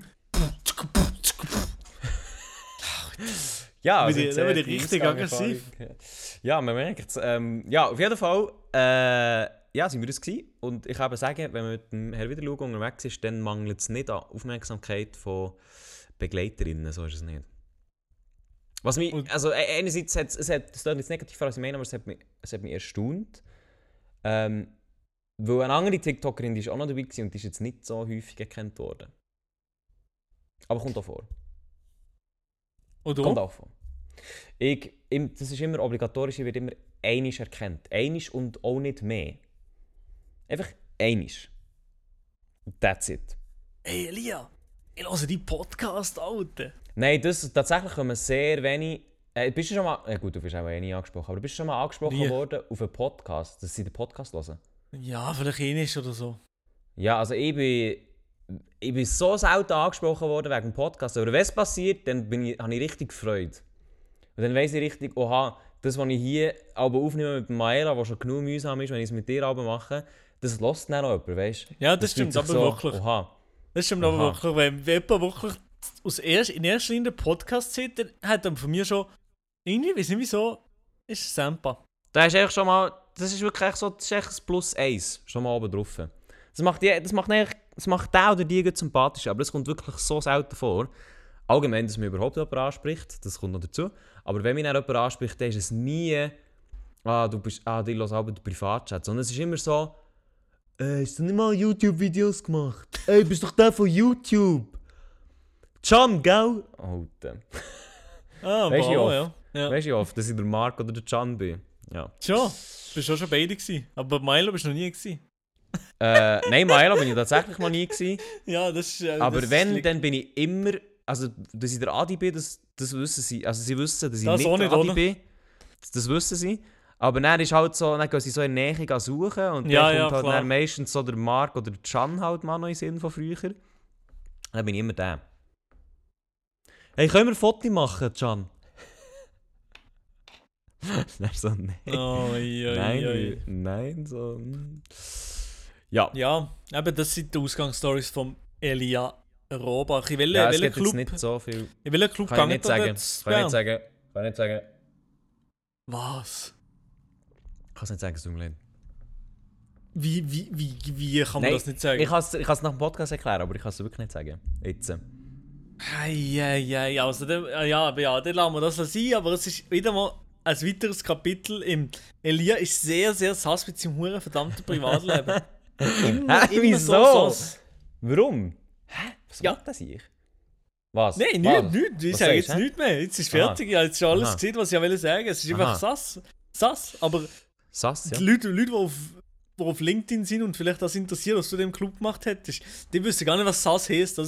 Ja, also jetzt bin ich richtig aggressiv. Ja, man merkt es. Ja, auf jeden Fall, ja, sind wir das gewesen. Und ich kann sagen, wenn man mit dem Herr Wiederschauen unterwegs ist, dann mangelt es nicht an Aufmerksamkeit von Begleiterinnen, so ist es nicht. Was mich, also einerseits, es klingt jetzt negativ, was ich meine, aber es hat mich erstaunt. Weil eine andere TikTokerin, die ist auch noch dabei gewesen und die ist jetzt nicht so häufig erkannt worden. Aber kommt auch vor. Und du? Kommt auch vor. Das ist immer obligatorisch, ich werde immer einisch erkannt. Einisch und auch nicht mehr. Einfach einisch. That's it. «Ey Elia, ich höre deinen Podcast, Alter!» Nein, das tatsächlich kommen sehr wenig... bist du schon mal... gut, du bist auch nie angesprochen, aber bist du schon mal angesprochen Wie? worden auf einen Podcast, dass sie den Podcast hören? Ja, vielleicht ähnlich oder so. Ja, also ich bin so selten angesprochen worden wegen dem Podcast. Aber wenn es passiert, dann habe ich richtig Freude. Und dann weiss ich richtig, oha, das, was ich hier aber aufnehme mit Maela, was schon genug mühsam ist, wenn ich es mit dir aber mache, das lässt dann auch jemand, weißt du? Ja, das stimmt aber wirklich. Oha. Das stimmt aber wirklich. Wenn jemand wirklich in erster Linie den Podcast sieht, dann hat er von mir schon... Irgendwie, weiß nicht wieso, ist es Sampa. Da ist echt schon mal... Das ist wirklich so, das ist echt ein Plus 1, schon mal oben drauf. Das macht den oder die gut sympathisch, aber das kommt wirklich so selten vor. Allgemein, dass mir überhaupt jemand anspricht, das kommt noch dazu. Aber wenn mich dann jemand anspricht, dann ist es nie, die hörst aber den Privatchat, sondern es ist immer so, hast du nicht mal YouTube-Videos gemacht? Ey, bist doch der von YouTube! Can, gell? Alter. Weißt du oft? Ja. Weißt du oft, dass ich der Marc oder der Can bin? Ja. Schon, bist du schon beide gewesen. Aber Milo bist du noch nie gewesen. Nein, Milo bin ich tatsächlich noch nie gewesen. Ja, das ist... Aber das wenn, liegt- dann bin ich immer... Also, dass ich der Adi bin, das wissen sie. Also, sie wissen, dass ich Das nicht auch der nicht, Adi oder? bin. Das wissen sie. Aber dann ist halt so, dann gehen sie so in der Nähe suchen und Ja, dann ja, kommt halt klar. dann meistens so der Marc oder der Can halt mal noch in den Sinn von früher. Dann bin ich immer der. Hey, können wir ein Foto machen, Can? Dann so, nein. Nein, so... Ja. Ja, eben das sind die Ausgangsstories vom Elia Robach. In Ja, es welchen gibt jetzt Club, nicht so viel... in welchen Club Kann ich geht nicht sagen. jetzt? Kann ich nicht sagen. Was? Ich kann es nicht sagen, es tut mir leid. Wie kann man Nein, das nicht sagen? Ich kann es nach dem Podcast erklären, aber ich kann es wirklich nicht sagen. Jetzt. Ei, also dann lassen wir das sein, aber es ist wieder mal ein weiteres Kapitel im Elia ist sehr, sehr sass mit seinem huren verdammten Privatleben. Immer wieso? sass. Warum? Hä? Was Ja. macht das ich? Was? Nein, Was? nichts. Ich Was sage sagst jetzt du, nichts mehr. Jetzt ist Aha. fertig. Ich habe jetzt schon alles Aha. gesehen, was ich wollte sagen. Es ist Aha. einfach sass. Aber Sass, ja. die Leute, die auf LinkedIn sind und vielleicht das interessiert, was du in dem Club gemacht hättest, die wissen gar nicht, was sass heisst.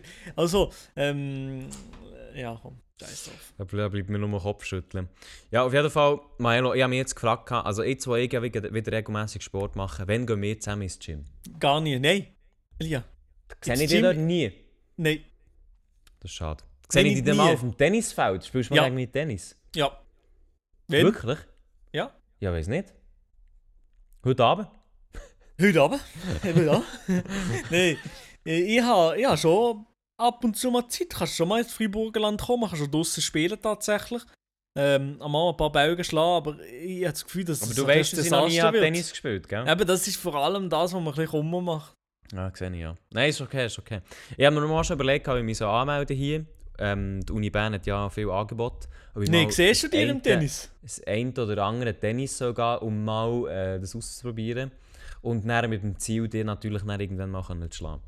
Ja, komm. Scheiß drauf. Da bleibt mir nur den Kopf schütteln. Ja, auf jeden Fall, Milo, ich habe mich jetzt gefragt, also ich zwei ja wieder regelmäßig Sport machen, wann gehen wir zusammen ins Gym? Gar nicht. Nein. Elia. Sehe Ins ich dich Gym? dort nie? Nein. Das ist schade. Sehe ich dich nie. dann mal auf dem Tennisfeld? Spielst du mal Ja. gegen mich Tennis? Ja. Wenn? Wirklich? Ja. Ja, weiß nicht. Heute Abend? Heute Abend? Eben ja. Nein. Ich habe schon ab und zu mal Zeit. Kannst schon mal ins Freiburgerland kommen, kannst schon draussen spielen tatsächlich. Einmal ein paar Bäuge schlagen, aber ich habe das Gefühl, dass Aber es du ein weißt, dass ich noch nie Desaster wird. Tennis gespielt, gell? Eben, das ist vor allem das, was man ein bisschen Kummer macht. Ja, sehe ich ja. Nein, ist okay. Ich habe mir mal schon überlegt, wie ich mich so anmelden hier. Die Uni Bern hat ja viel Angebot. Ob ich Nein, mal siehst du dir im eine- Tennis? Das eine oder andere Tennis soll gehen, um mal das auszuprobieren. Und dann mit dem Ziel, dir natürlich dann irgendwann mal zu schlagen.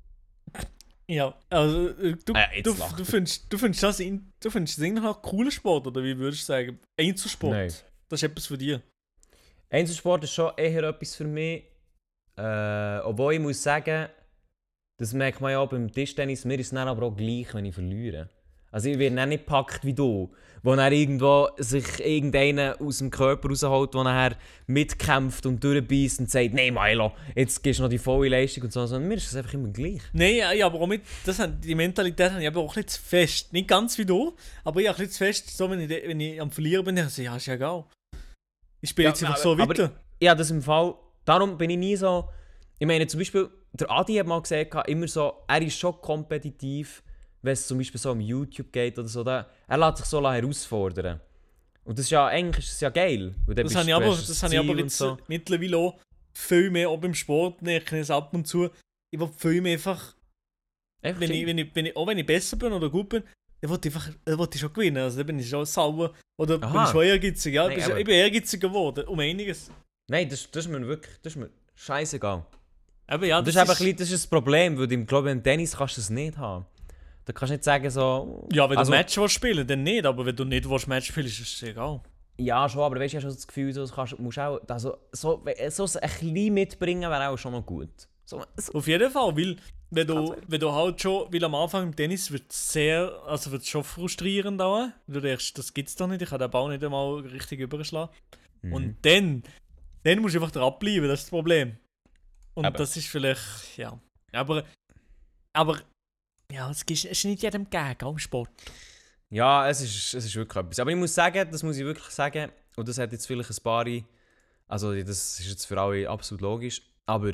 Ja, also jetzt lacht du findest das eigentlich noch ein cooler Sport, oder wie würdest du sagen? Einzelsport? Nein. Das ist etwas für dich. Einzelsport ist schon eher etwas für mich. Obwohl ich muss sagen, das merkt man ja auch beim Tischtennis, mir ist es dann aber auch gleich, wenn ich verliere. Also ich werde dann nicht gepackt wie du, wo dann irgendwo sich irgendeiner aus dem Körper rausholt, der nachher mitkämpft und durchbeißt und sagt, nein Milo, jetzt gibst du noch die volle Leistung und so. Also, mir ist das einfach immer gleich. Nein, ja, aber auch mit, die Mentalität habe ich aber auch ein bisschen zu fest. Nicht ganz wie du, aber ich habe ein bisschen zu fest, so wenn ich am Verlieren bin, ich ja, ist ja egal. Ich spiele jetzt einfach so weiter. Ja, das im Fall, darum bin ich nie so, ich meine zum Beispiel, der Adi hat mal gesagt, immer so, er ist schon kompetitiv, wenn es zum Beispiel so um YouTube geht oder so, er lässt sich so herausfordern. Und das ist ja, eigentlich ist das ja geil. Weil dann Das bist habe ich du aber, hast ein das habe ich Ziel aber und jetzt so. mittlerweile auch viel mehr, auch beim Sport, ich kenne es ab und zu, ich will viel mehr einfach, Einfach wenn chill. wenn ich besser bin oder gut bin, dann will ich schon gewinnen, also dann bin ich schon sauer oder bin Aha. ich schon ehrgeizig, ja, Nein, ich aber- bin ehrgeizig geworden, um einiges. Nein, das ist mir wirklich, das ist mir scheißegal. Aber ja, Und das ist einfach ein bisschen, das ist das Problem, weil ich glaube, im Tennis kannst du das nicht haben. Da kannst du nicht sagen so... ja, wenn also, du Match willst spielen, dann nicht, aber wenn du nicht willst Match spielen, ist es egal. Ja, schon, aber weißt du, ich habe schon das Gefühl, du musst auch... Also, so ein bisschen mitbringen wäre auch schon noch gut. Auf jeden Fall, weil wenn du halt schon, weil am Anfang im Tennis wird es schon frustrierend auch. Du denkst, das gibt's doch nicht, ich kann den Ball nicht einmal richtig überschlagen. Und dann musst du einfach dranbleiben, das ist das Problem. Und das ist vielleicht, ja. Aber ja, es ist nicht jedem gegeben, im Sport. Ja, es ist wirklich etwas. Aber ich muss sagen, das muss ich wirklich sagen, und das hat jetzt vielleicht ein paar, also das ist jetzt für alle absolut logisch, aber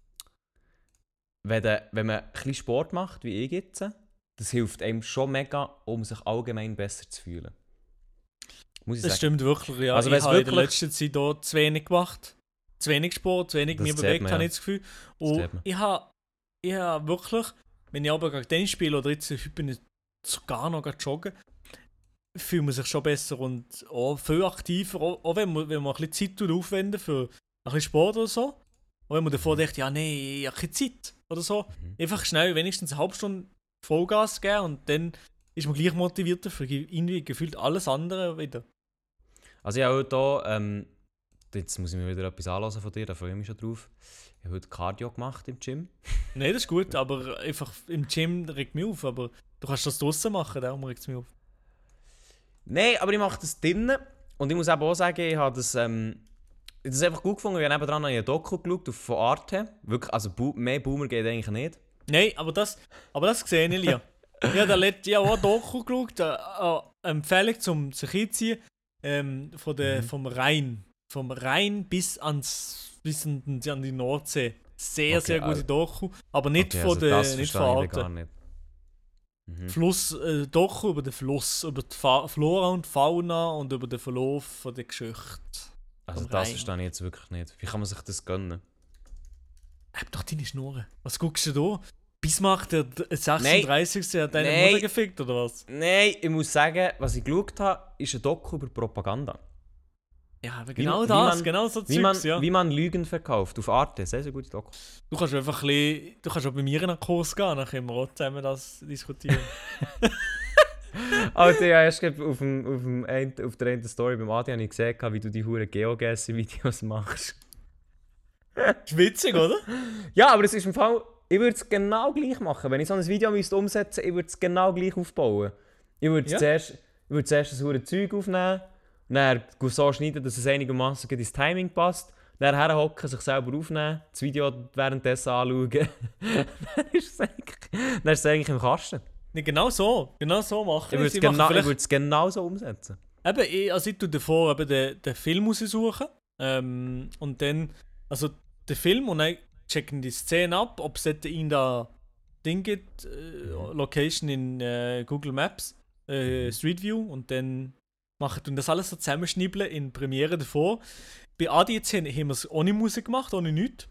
wenn man ein bisschen Sport macht, wie ich jetzt, das hilft einem schon mega, um sich allgemein besser zu fühlen. Muss ich das sagen. Stimmt wirklich, ja. Also, ich habe wirklich in der letzten Zeit hier zu wenig gemacht. Zu wenig Sport, zu wenig mich bewegt, habe ich das Gefühl. Und ich habe wirklich, wenn ich aber gerade Tennis spiele oder jetzt heute bin ich sogar noch joggen, fühlt man sich schon besser und auch viel aktiver, auch wenn man ein bisschen Zeit aufwenden für ein bisschen Sport oder so. Und wenn man davor denkt, ja nee, ich habe keine Zeit oder so, einfach schnell wenigstens eine halbe Stunde Vollgas geben und dann ist man gleich motivierter für irgendwie gefühlt alles andere wieder. Also ich habe heute hier, jetzt muss ich mir wieder etwas anhören von dir, da freue ich mich schon drauf. Ich habe heute Cardio gemacht im Gym. Nein, das ist gut, aber einfach im Gym regt mich auf, aber du kannst das draussen machen, darum regt es mich auf. Nein, aber ich mache das drinnen und ich muss eben auch sagen, ich habe das einfach gut gefunden. Ich habe nebenan eine Doku geschaut von Arte. Wirklich, also mehr Boomer geht eigentlich nicht. Nein, aber das sehe ich, Lia. Ich habe auch eine Doku geschaut, eine Empfehlung zum sich einziehen, vom Rhein. Vom Rhein bis an die Nordsee. Sehr, okay, sehr gute Doku. Aber nicht okay, von also nicht von Arte. Gar nicht. Doku über den Fluss, über die Flora und Fauna und über den Verlauf von der Geschichte. Also das verstehe ich jetzt wirklich nicht. Wie kann man sich das gönnen? Hab doch deine Schnurren. Was guckst du da? Bismarck, der 36. hat deine Mutter gefickt, oder was? Nein, ich muss sagen, was ich geschaut habe, ist ein Doku über Propaganda. Ja, aber genau genau so Zeugs, ja. Wie man Lügen verkauft, auf Arte, sehr, sehr gute Doku. Du kannst einfach du kannst auch bei mir in einen Kurs gehen, dann können wir auch zusammen das diskutieren. Alter, ja, erst auf der einen Story beim Adi habe ich gesehen, wie du die huren GeoGuessr-Videos machst. Ist witzig, oder? Ja, aber es ist im Fall, ich würde es genau gleich machen. Wenn ich so ein Video umsetzen müsste, ich würde es genau gleich aufbauen. Ich würde zuerst das hure Zeug aufnehmen, dann so schneiden, dass es einigermaßen ins Timing passt, dann herhocken, sich selber aufnehmen, das Video währenddessen anschauen. Dann ist es eigentlich im Kasten. Nee, genau so machen. Ich würde es genau so umsetzen. Eben, ich tue davor den Film raussuchen. Und dann, also den Film und dann checken die Szene ab, ob es in da Ding gibt, Location in Google Maps, Street View und dann machen das alles so zusammenschnibbeln in Premiere davor. Bei Adi jetzt haben wir es ohne Musik gemacht, ohne nichts.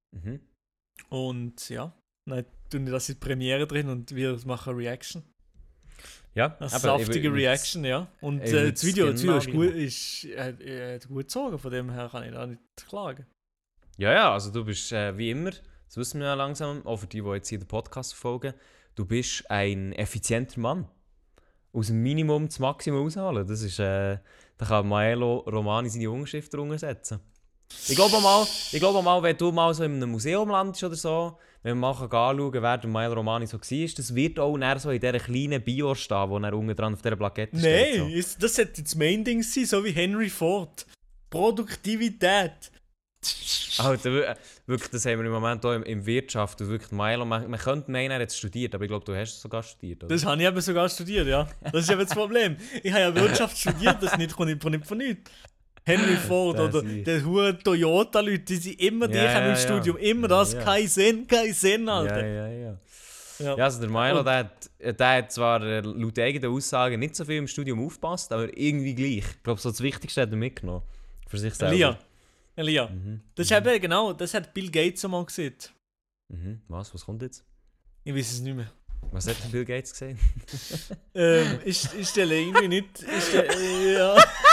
Und ja, dann tun wir das in die Premiere drin und wir machen Reaction. Ja, eine saftige Reaction, ja. Und das Video ist gut gezogen, von dem her kann ich da nicht klagen. Ja, also du bist wie immer, das wissen wir ja langsam, auch für die jetzt hier den Podcast verfolgen, du bist ein effizienter Mann. Aus dem Minimum das Maximum rausholen. Das ist, da kann Maelo Romani seine Unterschrift drunter setzen. Ich glaube mal, wenn du mal so in einem Museum landest oder so, wenn wir mal anschauen, wer der Maelo Romani so war, das wird auch näher so in dieser kleinen Bio stehen, wo er unten dran auf dieser Plakette steht. Nein, so. Das sollte das Main-Ding sein, so wie Henry Ford. Produktivität. Alter, wirklich, das haben wir im Moment auch in Wirtschaft. Wirklich, Maelo, man könnte meinen, er hat studiert, aber ich glaube, du hast es sogar studiert, oder? Das habe ich eben sogar studiert, ja. Das ist eben das Problem. Ich habe ja Wirtschaft studiert, das nicht von nichts. Henry Ford oder die hohen Toyota-Leute, die sind immer im Studium. Immer das, kein Sinn, Alter. Ja, also der Maelo, der hat zwar laut eigenen Aussagen nicht so viel im Studium aufgepasst, aber irgendwie gleich. Ich glaube, so das Wichtigste hat er mitgenommen. Für sich selber. Elia. Das ist eben genau, das hat Bill Gates einmal gesehen. Was kommt jetzt? Ich weiß es nicht mehr. Was hat Bill Gates gesehen? Ist der irgendwie nicht... ja.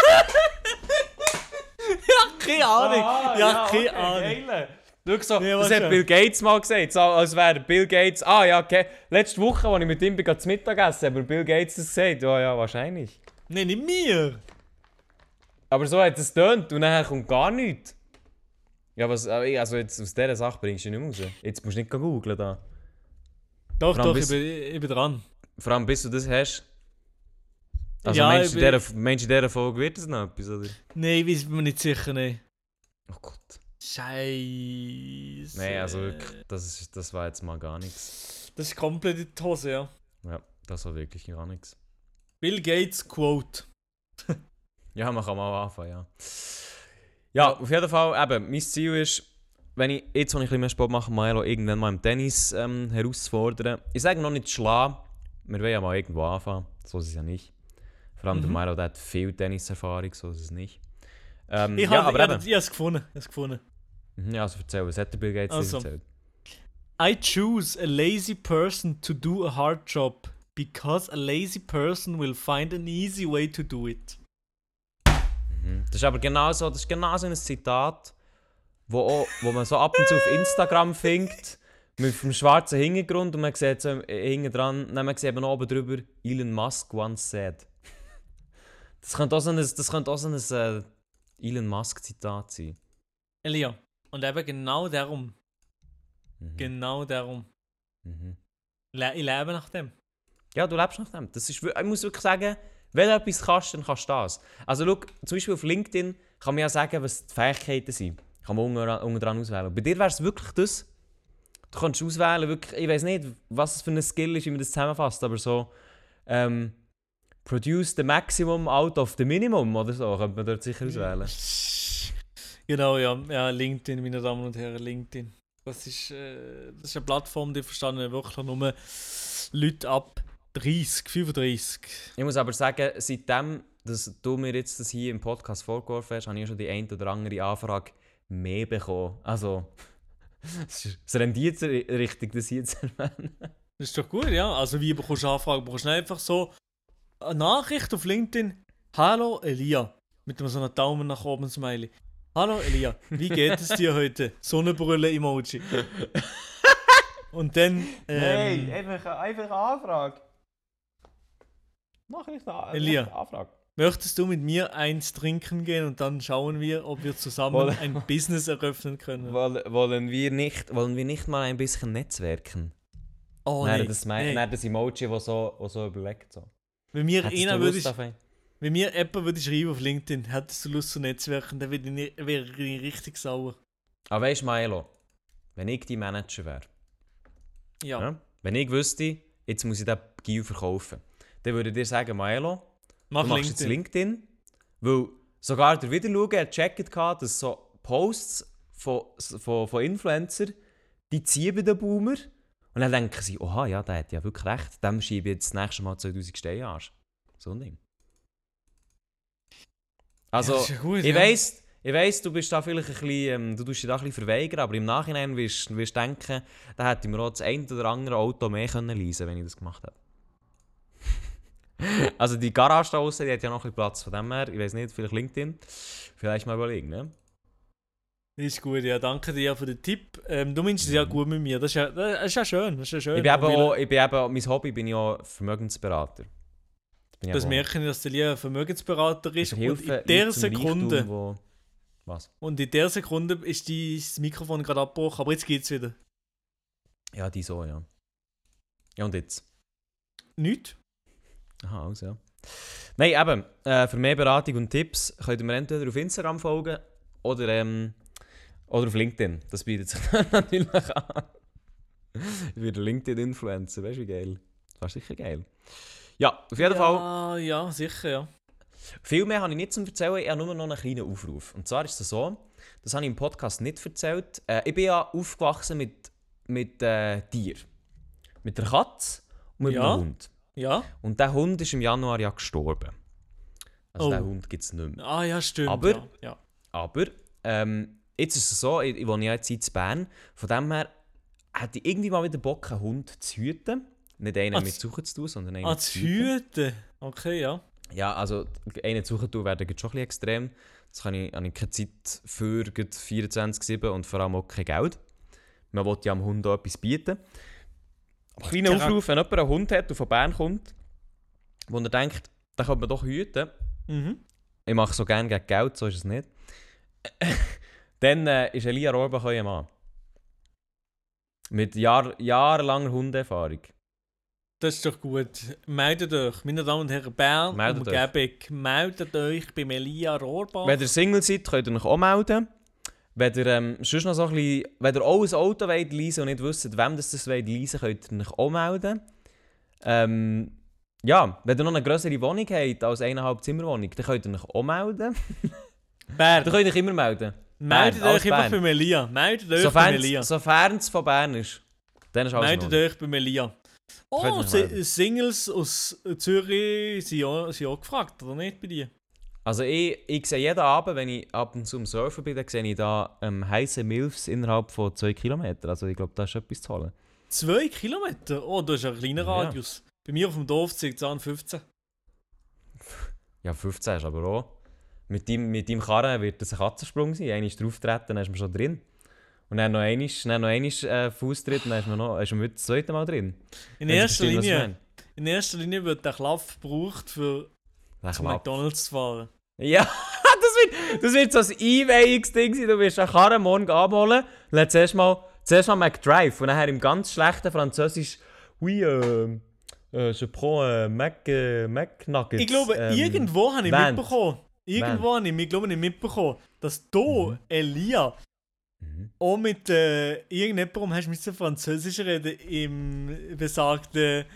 Keine Ahnung. Keine Ahnung. Schau so, das hat Bill Gates mal gesagt, so, als wäre Bill Gates... okay. Letzte Woche, als ich mit ihm zu Mittag gegessen habe, Bill Gates das gesagt. Ja, wahrscheinlich. Nein, nicht mir. Aber so hat es getönt und nachher kommt gar nichts. Ja, also jetzt aus dieser Sache bringst du nicht mehr raus. Jetzt musst du nicht googeln da. Doch, Vor allem ich bin dran. Vor allem bis du das hast. Also Ja, meinst du, in dieser Folge wird es noch etwas, oder? Nein, ich bin mir nicht sicher, nein. Oh Gott. Scheiße. Nein, also wirklich, das war jetzt mal gar nichts. Das ist komplett in die Hose, ja. Ja, das war wirklich gar nichts. Bill Gates Quote. Ja, man kann mal anfangen, ja. Ja, auf jeden Fall, eben, mein Ziel ist, wenn ich jetzt, wo ich ein bisschen mehr Sport mache, Milo irgendwann mal im Tennis herausfordern. Ich sage noch nicht schlagen, wir wollen ja mal irgendwo anfangen, so ist es ja nicht. Vor allem der Milo, der hat viel Tenniserfahrung, so ist es nicht. Ich habe es gefunden. Ja, also erzähl, was hat der Bill Gates Also. erzählt? I choose a lazy person to do a hard job because a lazy person will find an easy way to do it. Das ist aber genau so ein Zitat, wo man so ab und zu auf Instagram findet, mit dem schwarzen Hintergrund und man sieht so hinten dran, man sieht eben oben drüber, Elon Musk once said. Das könnte auch so ein Elon Musk-Zitat sein. Elia, und eben genau darum. Genau darum. Ich lebe nach dem. Ja, du lebst nach dem. Das ist, ich muss wirklich sagen, wenn du etwas kannst, dann kannst du das. Also schau, zum Beispiel auf LinkedIn kann man ja sagen, was die Fähigkeiten sind. Kann man unten dran auswählen. Bei dir wäre es wirklich das. Du kannst auswählen, wirklich, ich weiß nicht, was es für ein Skill ist, wie man das zusammenfasst, aber so produce the maximum out of the minimum oder so, könnte man dort sicher auswählen. Genau, ja, LinkedIn, meine Damen und Herren, LinkedIn. Das ist eine Plattform, die verstanden wirklich nur Leute ab 30, 35. Ich muss aber sagen, seitdem, dass du mir jetzt das hier im Podcast vorgeworfen hast, habe ich schon die eine oder andere Anfrage mehr bekommen. Also, es rendiert richtig, das hier zu erwähnen. Das ist doch gut, ja. Also wie bekommst du Anfragen? Bekommst du einfach so eine Nachricht auf LinkedIn? Hallo Elia. Mit so einem Daumen nach oben Smiley. Hallo Elia, wie geht es dir heute? Sonnenbrille-Emoji. Und dann... Nein, einfach eine Anfrage. Nachricht, Elia. Anfrage. Möchtest du mit mir eins trinken gehen und dann schauen wir, ob wir zusammen ein Business eröffnen können? Wollen wir nicht mal ein bisschen netzwerken? Oh nein, nein. das Emoji, das so überlegt. So. Wenn mir jemand würde schreiben auf LinkedIn, hättest du Lust zu netzwerken, dann wäre ich richtig sauer. Aber weißt du, Milo, wenn ich dein Manager wäre, ja. Wenn ich wüsste, jetzt muss ich den Gil verkaufen, dann würde ich dir sagen, Milo, du machst jetzt LinkedIn, weil sogar der Wiederschauen hat gecheckt, dass so Posts von Influencern, die ziehen bei den Boomer. Und dann denken sie, oha, ja, der hat ja wirklich recht, dem schiebe ich jetzt das nächste Mal 2000 Steine an. So ein Ding. Also, ja, gut, ich weiss, du bist da vielleicht ein bisschen, du tust dich da ein bisschen verweigern, aber im Nachhinein wirst du denken, da hätte ich mir auch das ein oder andere Auto mehr können leasen, wenn ich das gemacht hätte. Also die Garage da draussen, die hat ja noch ein bisschen Platz, von dem her, ich weiss nicht, vielleicht LinkedIn, vielleicht mal überlegen, ne? Ist gut, ja, danke dir für den Tipp. Du meinst es ja gut mit mir, das ist ja schön. Das ist ja schön. Mein Hobby bin ich auch Vermögensberater. Das merke ich, dass der Lia ein Vermögensberater ist. Und in der Sekunde ist das Mikrofon gerade abgebrochen, aber jetzt geht's wieder. Ja, die so, ja. Ja, und jetzt? Nichts. Aha, also ja. Nein, eben, für mehr Beratung und Tipps könnt ihr mir entweder auf Instagram folgen oder auf LinkedIn. Das bietet sich natürlich an. Ich bin der LinkedIn-Influencer, weißt du, wie geil? Das war sicher geil. Ja, auf jeden Fall. Ja, sicher, ja. Viel mehr habe ich nicht zu erzählen, ich habe nur noch einen kleinen Aufruf. Und zwar ist es so, das habe ich im Podcast nicht erzählt. Ich bin ja aufgewachsen mit Tieren. Mit einer Katze und mit einem Hund. Ja. Und der Hund ist im Januar ja gestorben. Also den Hund gibt es nicht mehr. Ah ja, stimmt. Aber jetzt ist es so, ich wohne ja jetzt in Bern, von dem her hätte ich irgendwie mal wieder Bock, einen Hund zu hüten. Nicht einen mit Suchen zu tun, sondern einen zu hüten? Okay, ja. Ja, also einen zu tun wäre schon ein bisschen extrem. Das habe ich keine Zeit für 24/7 und vor allem auch kein Geld. Man will ja am Hund auch etwas bieten. Kleiner Aufruf, wenn jemand einen Hund hat und von Bern kommt, wo er denkt, den kann man doch hüten. Ich mache so gerne gegen Geld, so ist es nicht. Dann ist Elia Rohrbach euer Mann. Mit jahrelanger Hundeerfahrung. Das ist doch gut. Meldet euch, meine Damen und Herren, Bern Meldet und euch. Umgebung. Meldet euch bei Elia Rohrbach. Wenn ihr Single seid, könnt ihr euch auch melden. Wenn ihr sonst noch so ein bisschen, wenn ihr auch ein Auto wollt leasen und nicht wisst, wem das wollt leasen, könnt ihr euch auch melden. Ja, wenn ihr noch eine grössere Wohnung habt als 1,5 Zimmerwohnung, dann könnt ihr euch auch melden. Bern. Dann könnt ihr euch immer melden. Meldet Bern, alles euch einfach Bern. bei Elia. Meldet euch bei Elia. Sofern es von Bern ist, dann ist alles Meldet in euch bei Elia. Oh, Könnt ihr euch melden. Singles aus Zürich sind auch gefragt, oder nicht bei dir? Also ich sehe jeden Abend, wenn ich ab und zu am Surfen bin, dann sehe ich da heisse Milfs innerhalb von 2 Kilometern. Also ich glaube, da ist etwas zu holen. 2 Kilometer? Oh, du hast einen kleinen Ja. Radius. Bei mir auf dem Dorf zählt es 15. Ja, 15 ist aber auch. Mit deinem Karren wird das ein Katzensprung sein. Einmal drauftreten, dann ist man schon drin. Und dann noch einmal Fußtritt, dann ist man wieder das zweite Mal drin. In Wenn Sie erster verstehen, was ich Linie, meine. wird der Klapp gebraucht, für Der zum Klapp. McDonalds zu fahren. Ja, das wird so ein Einweihungsding sein. Du wirst einen Karren morgen abholen und dann zuerst mal McDrive und nachher im ganz schlechten Französisch «Oui, je prends McNuggets». Ich glaube, irgendwo habe ich Vent. mitbekommen, dass du, Elia, auch mit irgendjemandem hast müssen Französisch reden in einem besagten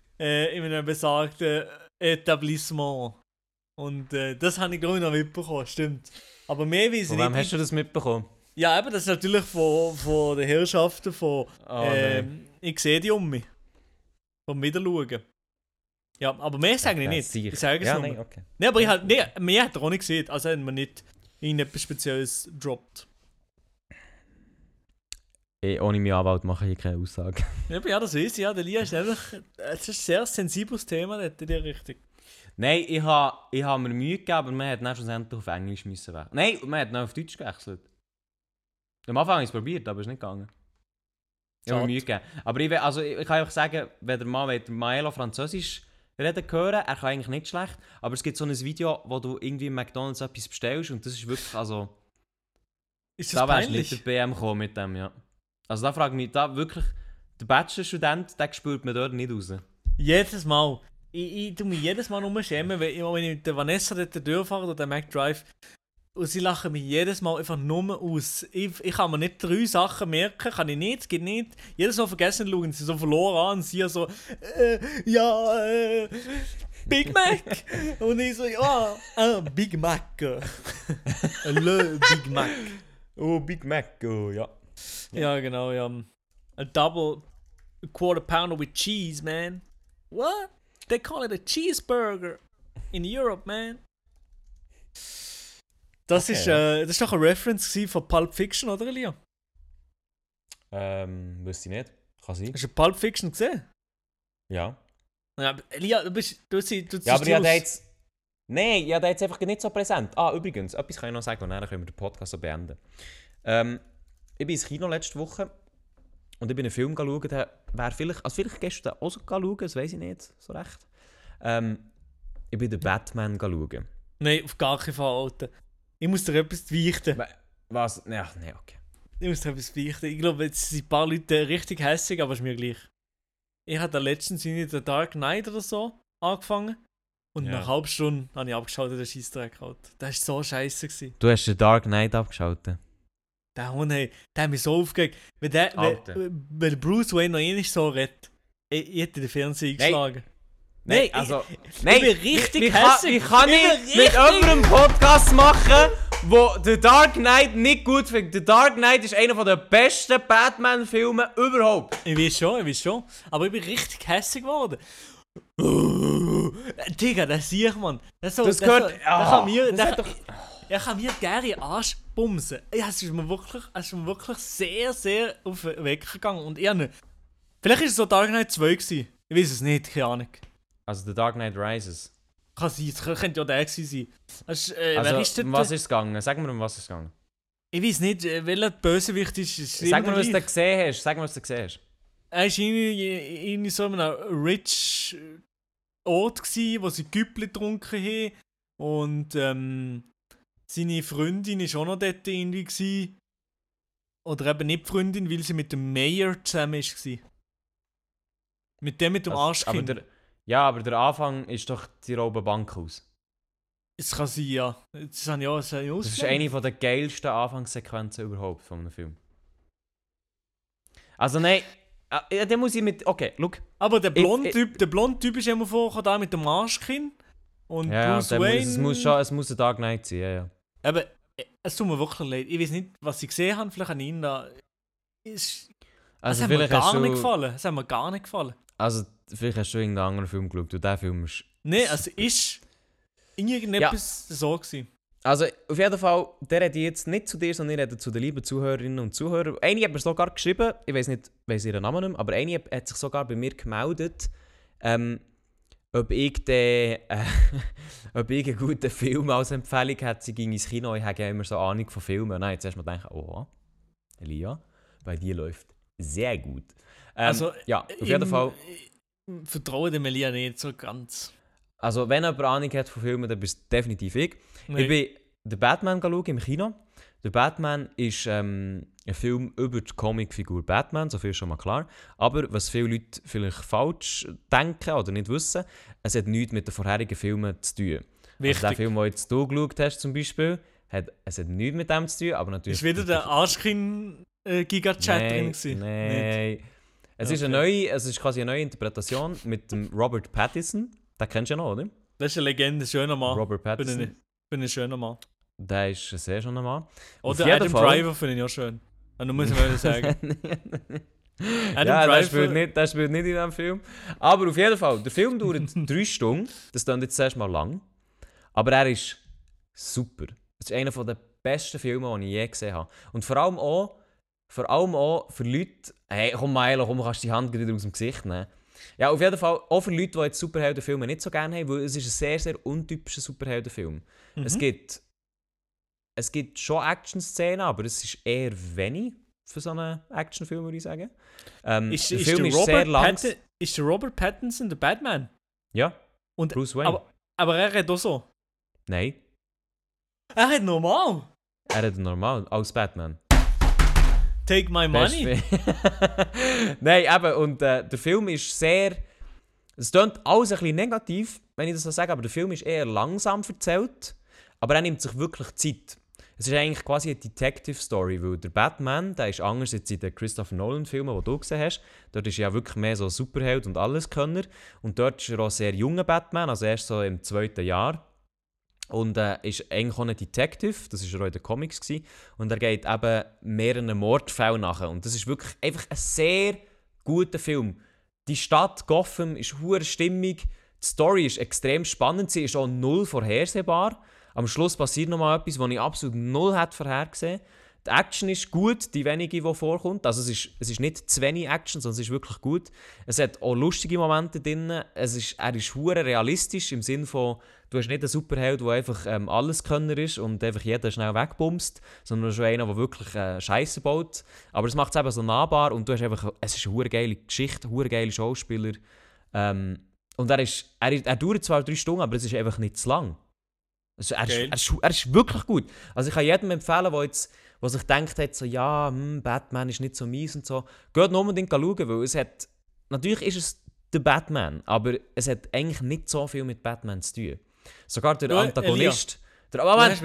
Etablissement. Und das habe ich glaube ich noch mitbekommen, stimmt. Aber mehr weiß ich Von wem nicht. hast du das mitbekommen? Ja, eben, das ist natürlich von den Herrschaften von nein. «Ich sehe die um mich». Vom Wiederschauen. Ja, aber mehr sage ich nicht. Sicher. Ich sage es ja, nur. nein, okay. Nein, aber mehr hat er auch nicht gesehen. Also hat man nicht irgendetwas Spezielles gedroppt. Ohne meinen Anwalt mache ich hier keine Aussage. Ja, das weiß ich. Ja, der Lia ist einfach... Es ist ein sehr sensibles Thema, dort in die Richtung. Nein, ich ha mir Mühe gegeben, aber man hat dann schlussendlich auf Englisch müssen wechseln. Nein, man hat dann auf Deutsch gewechselt. Am Anfang habe ich es probiert, aber es ist nicht gegangen. Ich habe mir Mühe gegeben. Aber ich kann einfach sagen, wenn der Maelo Französisch reden hören, er kann eigentlich nicht schlecht, aber es gibt so ein Video, wo du irgendwie im McDonalds etwas bestellst und das ist wirklich, also... Ist das Da wärst du peinlich? nicht der BM gekommen mit dem, ja. Also da frage ich mich, da wirklich, der Bachelorstudent, den spürt man dort nicht raus. Jedes Mal. Ich tue mich jedes Mal schämen, wenn ich mit der Vanessa dort durchfahre oder der McDrive. Und sie lachen mich jedes Mal einfach nur aus. Ich kann mir nicht 3 Sachen merken, kann ich nicht, es geht nicht. Jedes Mal vergessen schauen sie so verloren an und sie so, Big Mac! Und ich so, ja, Big Mac. Le Big Mac. Oh, Big Mac, oh, ja. Ja, genau, ja. A double quarter pounder with cheese, man. What? They call it a cheeseburger in Europe, man. Das ist doch eine Reference von Pulp Fiction, oder Elia? Wüsste ich nicht. Kann sein. Hast du Pulp Fiction gesehen? Ja. Ja, aber Elia, du Ja, aber ich habe jetzt... Nein, ich habe jetzt einfach nicht so präsent. Ah, übrigens, etwas kann ich noch sagen und dann können wir den Podcast so beenden. Ich bin ins Kino letzte Woche und ich bin einen Film schauen, der wäre vielleicht gehst du den auch so schauen, das weiß ich nicht so recht. Ich bin den Batman schauen. Nein, auf gar keinen Fall, Alter. Ich muss dir etwas beichten. Was? Nein, okay. Ich muss dir etwas beichten. Ich glaube, jetzt sind ein paar Leute richtig hässlich, aber ist mir gleich. Ich habe letztens in der Dark Knight oder so angefangen. Und Ja. nach einer halben Stunde habe ich abgeschaltet, den Scheissdreck halt. Das war so scheiße gewesen. Du hast den Dark Knight abgeschaltet. Der Hund, hey, der hat mich so aufgeregt. Alter. Wenn Bruce Wayne noch nicht so redet, ich hätte den Fernseher eingeschlagen. Nein, Nein, ich bin richtig wie hässig. kann Ich ich bin mit jemandem Podcast machen, wo The Dark Knight nicht gut findet? The Dark Knight ist einer der besten Batman-Filme überhaupt. Ich weiß schon. Aber ich bin richtig hässig geworden. Digga, das sehe ich, Mann. Das gehört... Er kann mir gerne Arsch bumsen. Ja, es ist mir wirklich sehr, sehr auf den Weg gegangen. Und vielleicht ist es so Dark Knight 2 gewesen. Ich weiß es nicht, keine Ahnung. Also The Dark Knight Rises. Kann sein, es könnte ja der gewesen sein. Wer Also, ist um was ist es gegangen? Sag mir, um was ist es gegangen. Ich weiß nicht, welcher Bösewicht ist. Sag mir, was du gleich. gesehen hast. Er war in so einem rich Ort, wo sie Güppli getrunken haben. Und seine Freundin war auch noch dort irgendwie. oder eben nicht die Freundin, weil sie mit dem Mayor zusammen war. Mit dem Arschkind. Aber der Anfang ist doch die Rauben Bank aus. Es kann sein, ja. Das habe ich auch Das ist eine der geilsten Anfangssequenzen überhaupt von einem Film. Also nein, den muss ich mit... Okay, schau. Aber der blonde Typ ist immer vorgekommen, da mit dem Arschkind. Und Bruce Wayne... Es muss ein Dark Knight sein, ja. Aber es tut mir wirklich leid. Ich weiß nicht, was ich gesehen habe, vielleicht an ihn da... Das hat mir gar nicht gefallen. Das hat mir gar nicht gefallen. Also, vielleicht hast du irgendeinen anderen Film geschaut und der Film ist... Nein, also ist irgendetwas so gewesen. Also, auf jeden Fall, der redet jetzt nicht zu dir, sondern ich rede zu den lieben Zuhörerinnen und Zuhörern. Eine hat mir sogar geschrieben, ich weiss ihren Namen nicht mehr, aber eine hat sich sogar bei mir gemeldet, ob ich einen guten Film als Empfehlung hätte, sie ging ins Kino, ich habe ja immer so Ahnung von Filmen. Nein, jetzt erst mal denken, oh, Elia, bei dir läuft sehr gut. Also, ja, auf jeden Fall. Ich vertraue dem Elia nicht so ganz. Also, wenn jemand Ahnung hat von Filmen, dann bist es definitiv ich. Nee. Ich bin den Batman schauen im Kino. Der Batman ist ein Film über die Comicfigur Batman, so viel ist schon mal klar. Aber was viele Leute vielleicht falsch denken oder nicht wissen, es hat nichts mit den vorherigen Filmen zu tun. Also der Film, den jetzt du geschaut hast zum Beispiel, es hat nichts mit dem zu tun, aber natürlich... Ist wieder der Arschkind-Giga-Chat drin gewesen? Nein. Es ist quasi eine neue Interpretation mit dem Robert Pattinson. Den kennst du ja noch, oder? Das ist eine Legende, ein schöner Mann. Robert Pattinson. Ich bin ein schöner Mann. Der ist ein sehr schöner Mann. Oder Adam Driver finde ich auch schön. Da muss ich mal sagen. Der spielt nicht in diesem Film. Aber auf jeden Fall, der Film dauert 3 Stunden. Das klingt jetzt erst mal lang. Aber er ist super. Das ist einer der besten Filme, die ich je gesehen habe. Und vor allem auch für Leute... Hey, komm Milo, kannst du die Hand wieder aus dem Gesicht nehmen. Ja, auf jeden Fall auch für Leute, die jetzt Superheldenfilme nicht so gerne haben, weil es ist ein sehr, sehr untypischer Superheldenfilm. Mhm. Es gibt schon Action-Szenen, aber es ist eher wenig für so einen Actionfilm, würde ich sagen. Der Film ist sehr lang. Ist der Robert Pattinson der Batman? Ja, und, Bruce Wayne. Aber er hat auch so? Nein. Er hat normal? Er hat normal, als Batman. Take my money? Nein, eben, und der Film ist sehr... Es klingt alles ein bisschen negativ, wenn ich das so sage, aber der Film ist eher langsam erzählt, aber er nimmt sich wirklich Zeit. Es ist eigentlich quasi eine Detective-Story, weil der Batman, der ist anders als in den Christopher Nolan-Filmen, die du gesehen hast. Dort ist er ja wirklich mehr so Superheld und Alleskönner. Und dort ist er auch sehr junger Batman, also erst so im 2. Jahr. Und ist eigentlich auch ein Detective, das war er auch in den Comics gewesen. Und er geht eben mehreren Mordfällen nach. Und das ist wirklich einfach ein sehr guter Film. Die Stadt Gotham ist hure stimmig, die Story ist extrem spannend, sie ist auch null vorhersehbar. Am Schluss passiert noch mal etwas, was ich absolut null hätte vorhergesehen. Die Action ist gut, die wenige, die vorkommt. Also es ist nicht zu wenig Action, sondern es ist wirklich gut. Es hat auch lustige Momente drin. Er ist hure realistisch im Sinne von, du hast nicht einen Superheld, der einfach Alleskönner ist und einfach jeden schnell wegbumst, sondern schon einer, der wirklich Scheiße baut. Aber es macht es eben so nahbar und du hast einfach, es ist eine hure geile Geschichte, hure geile Schauspieler. Und er dauert zwar 3 Stunden, aber es ist einfach nicht zu lang. Also er ist wirklich gut. Also ich kann jedem empfehlen, der sich gedacht hat, so, ja, Batman ist nicht so mies und so. Geht nur unbedingt schauen, weil natürlich ist es der Batman, aber es hat eigentlich nicht so viel mit Batman zu tun. Sogar der Antagonist... Der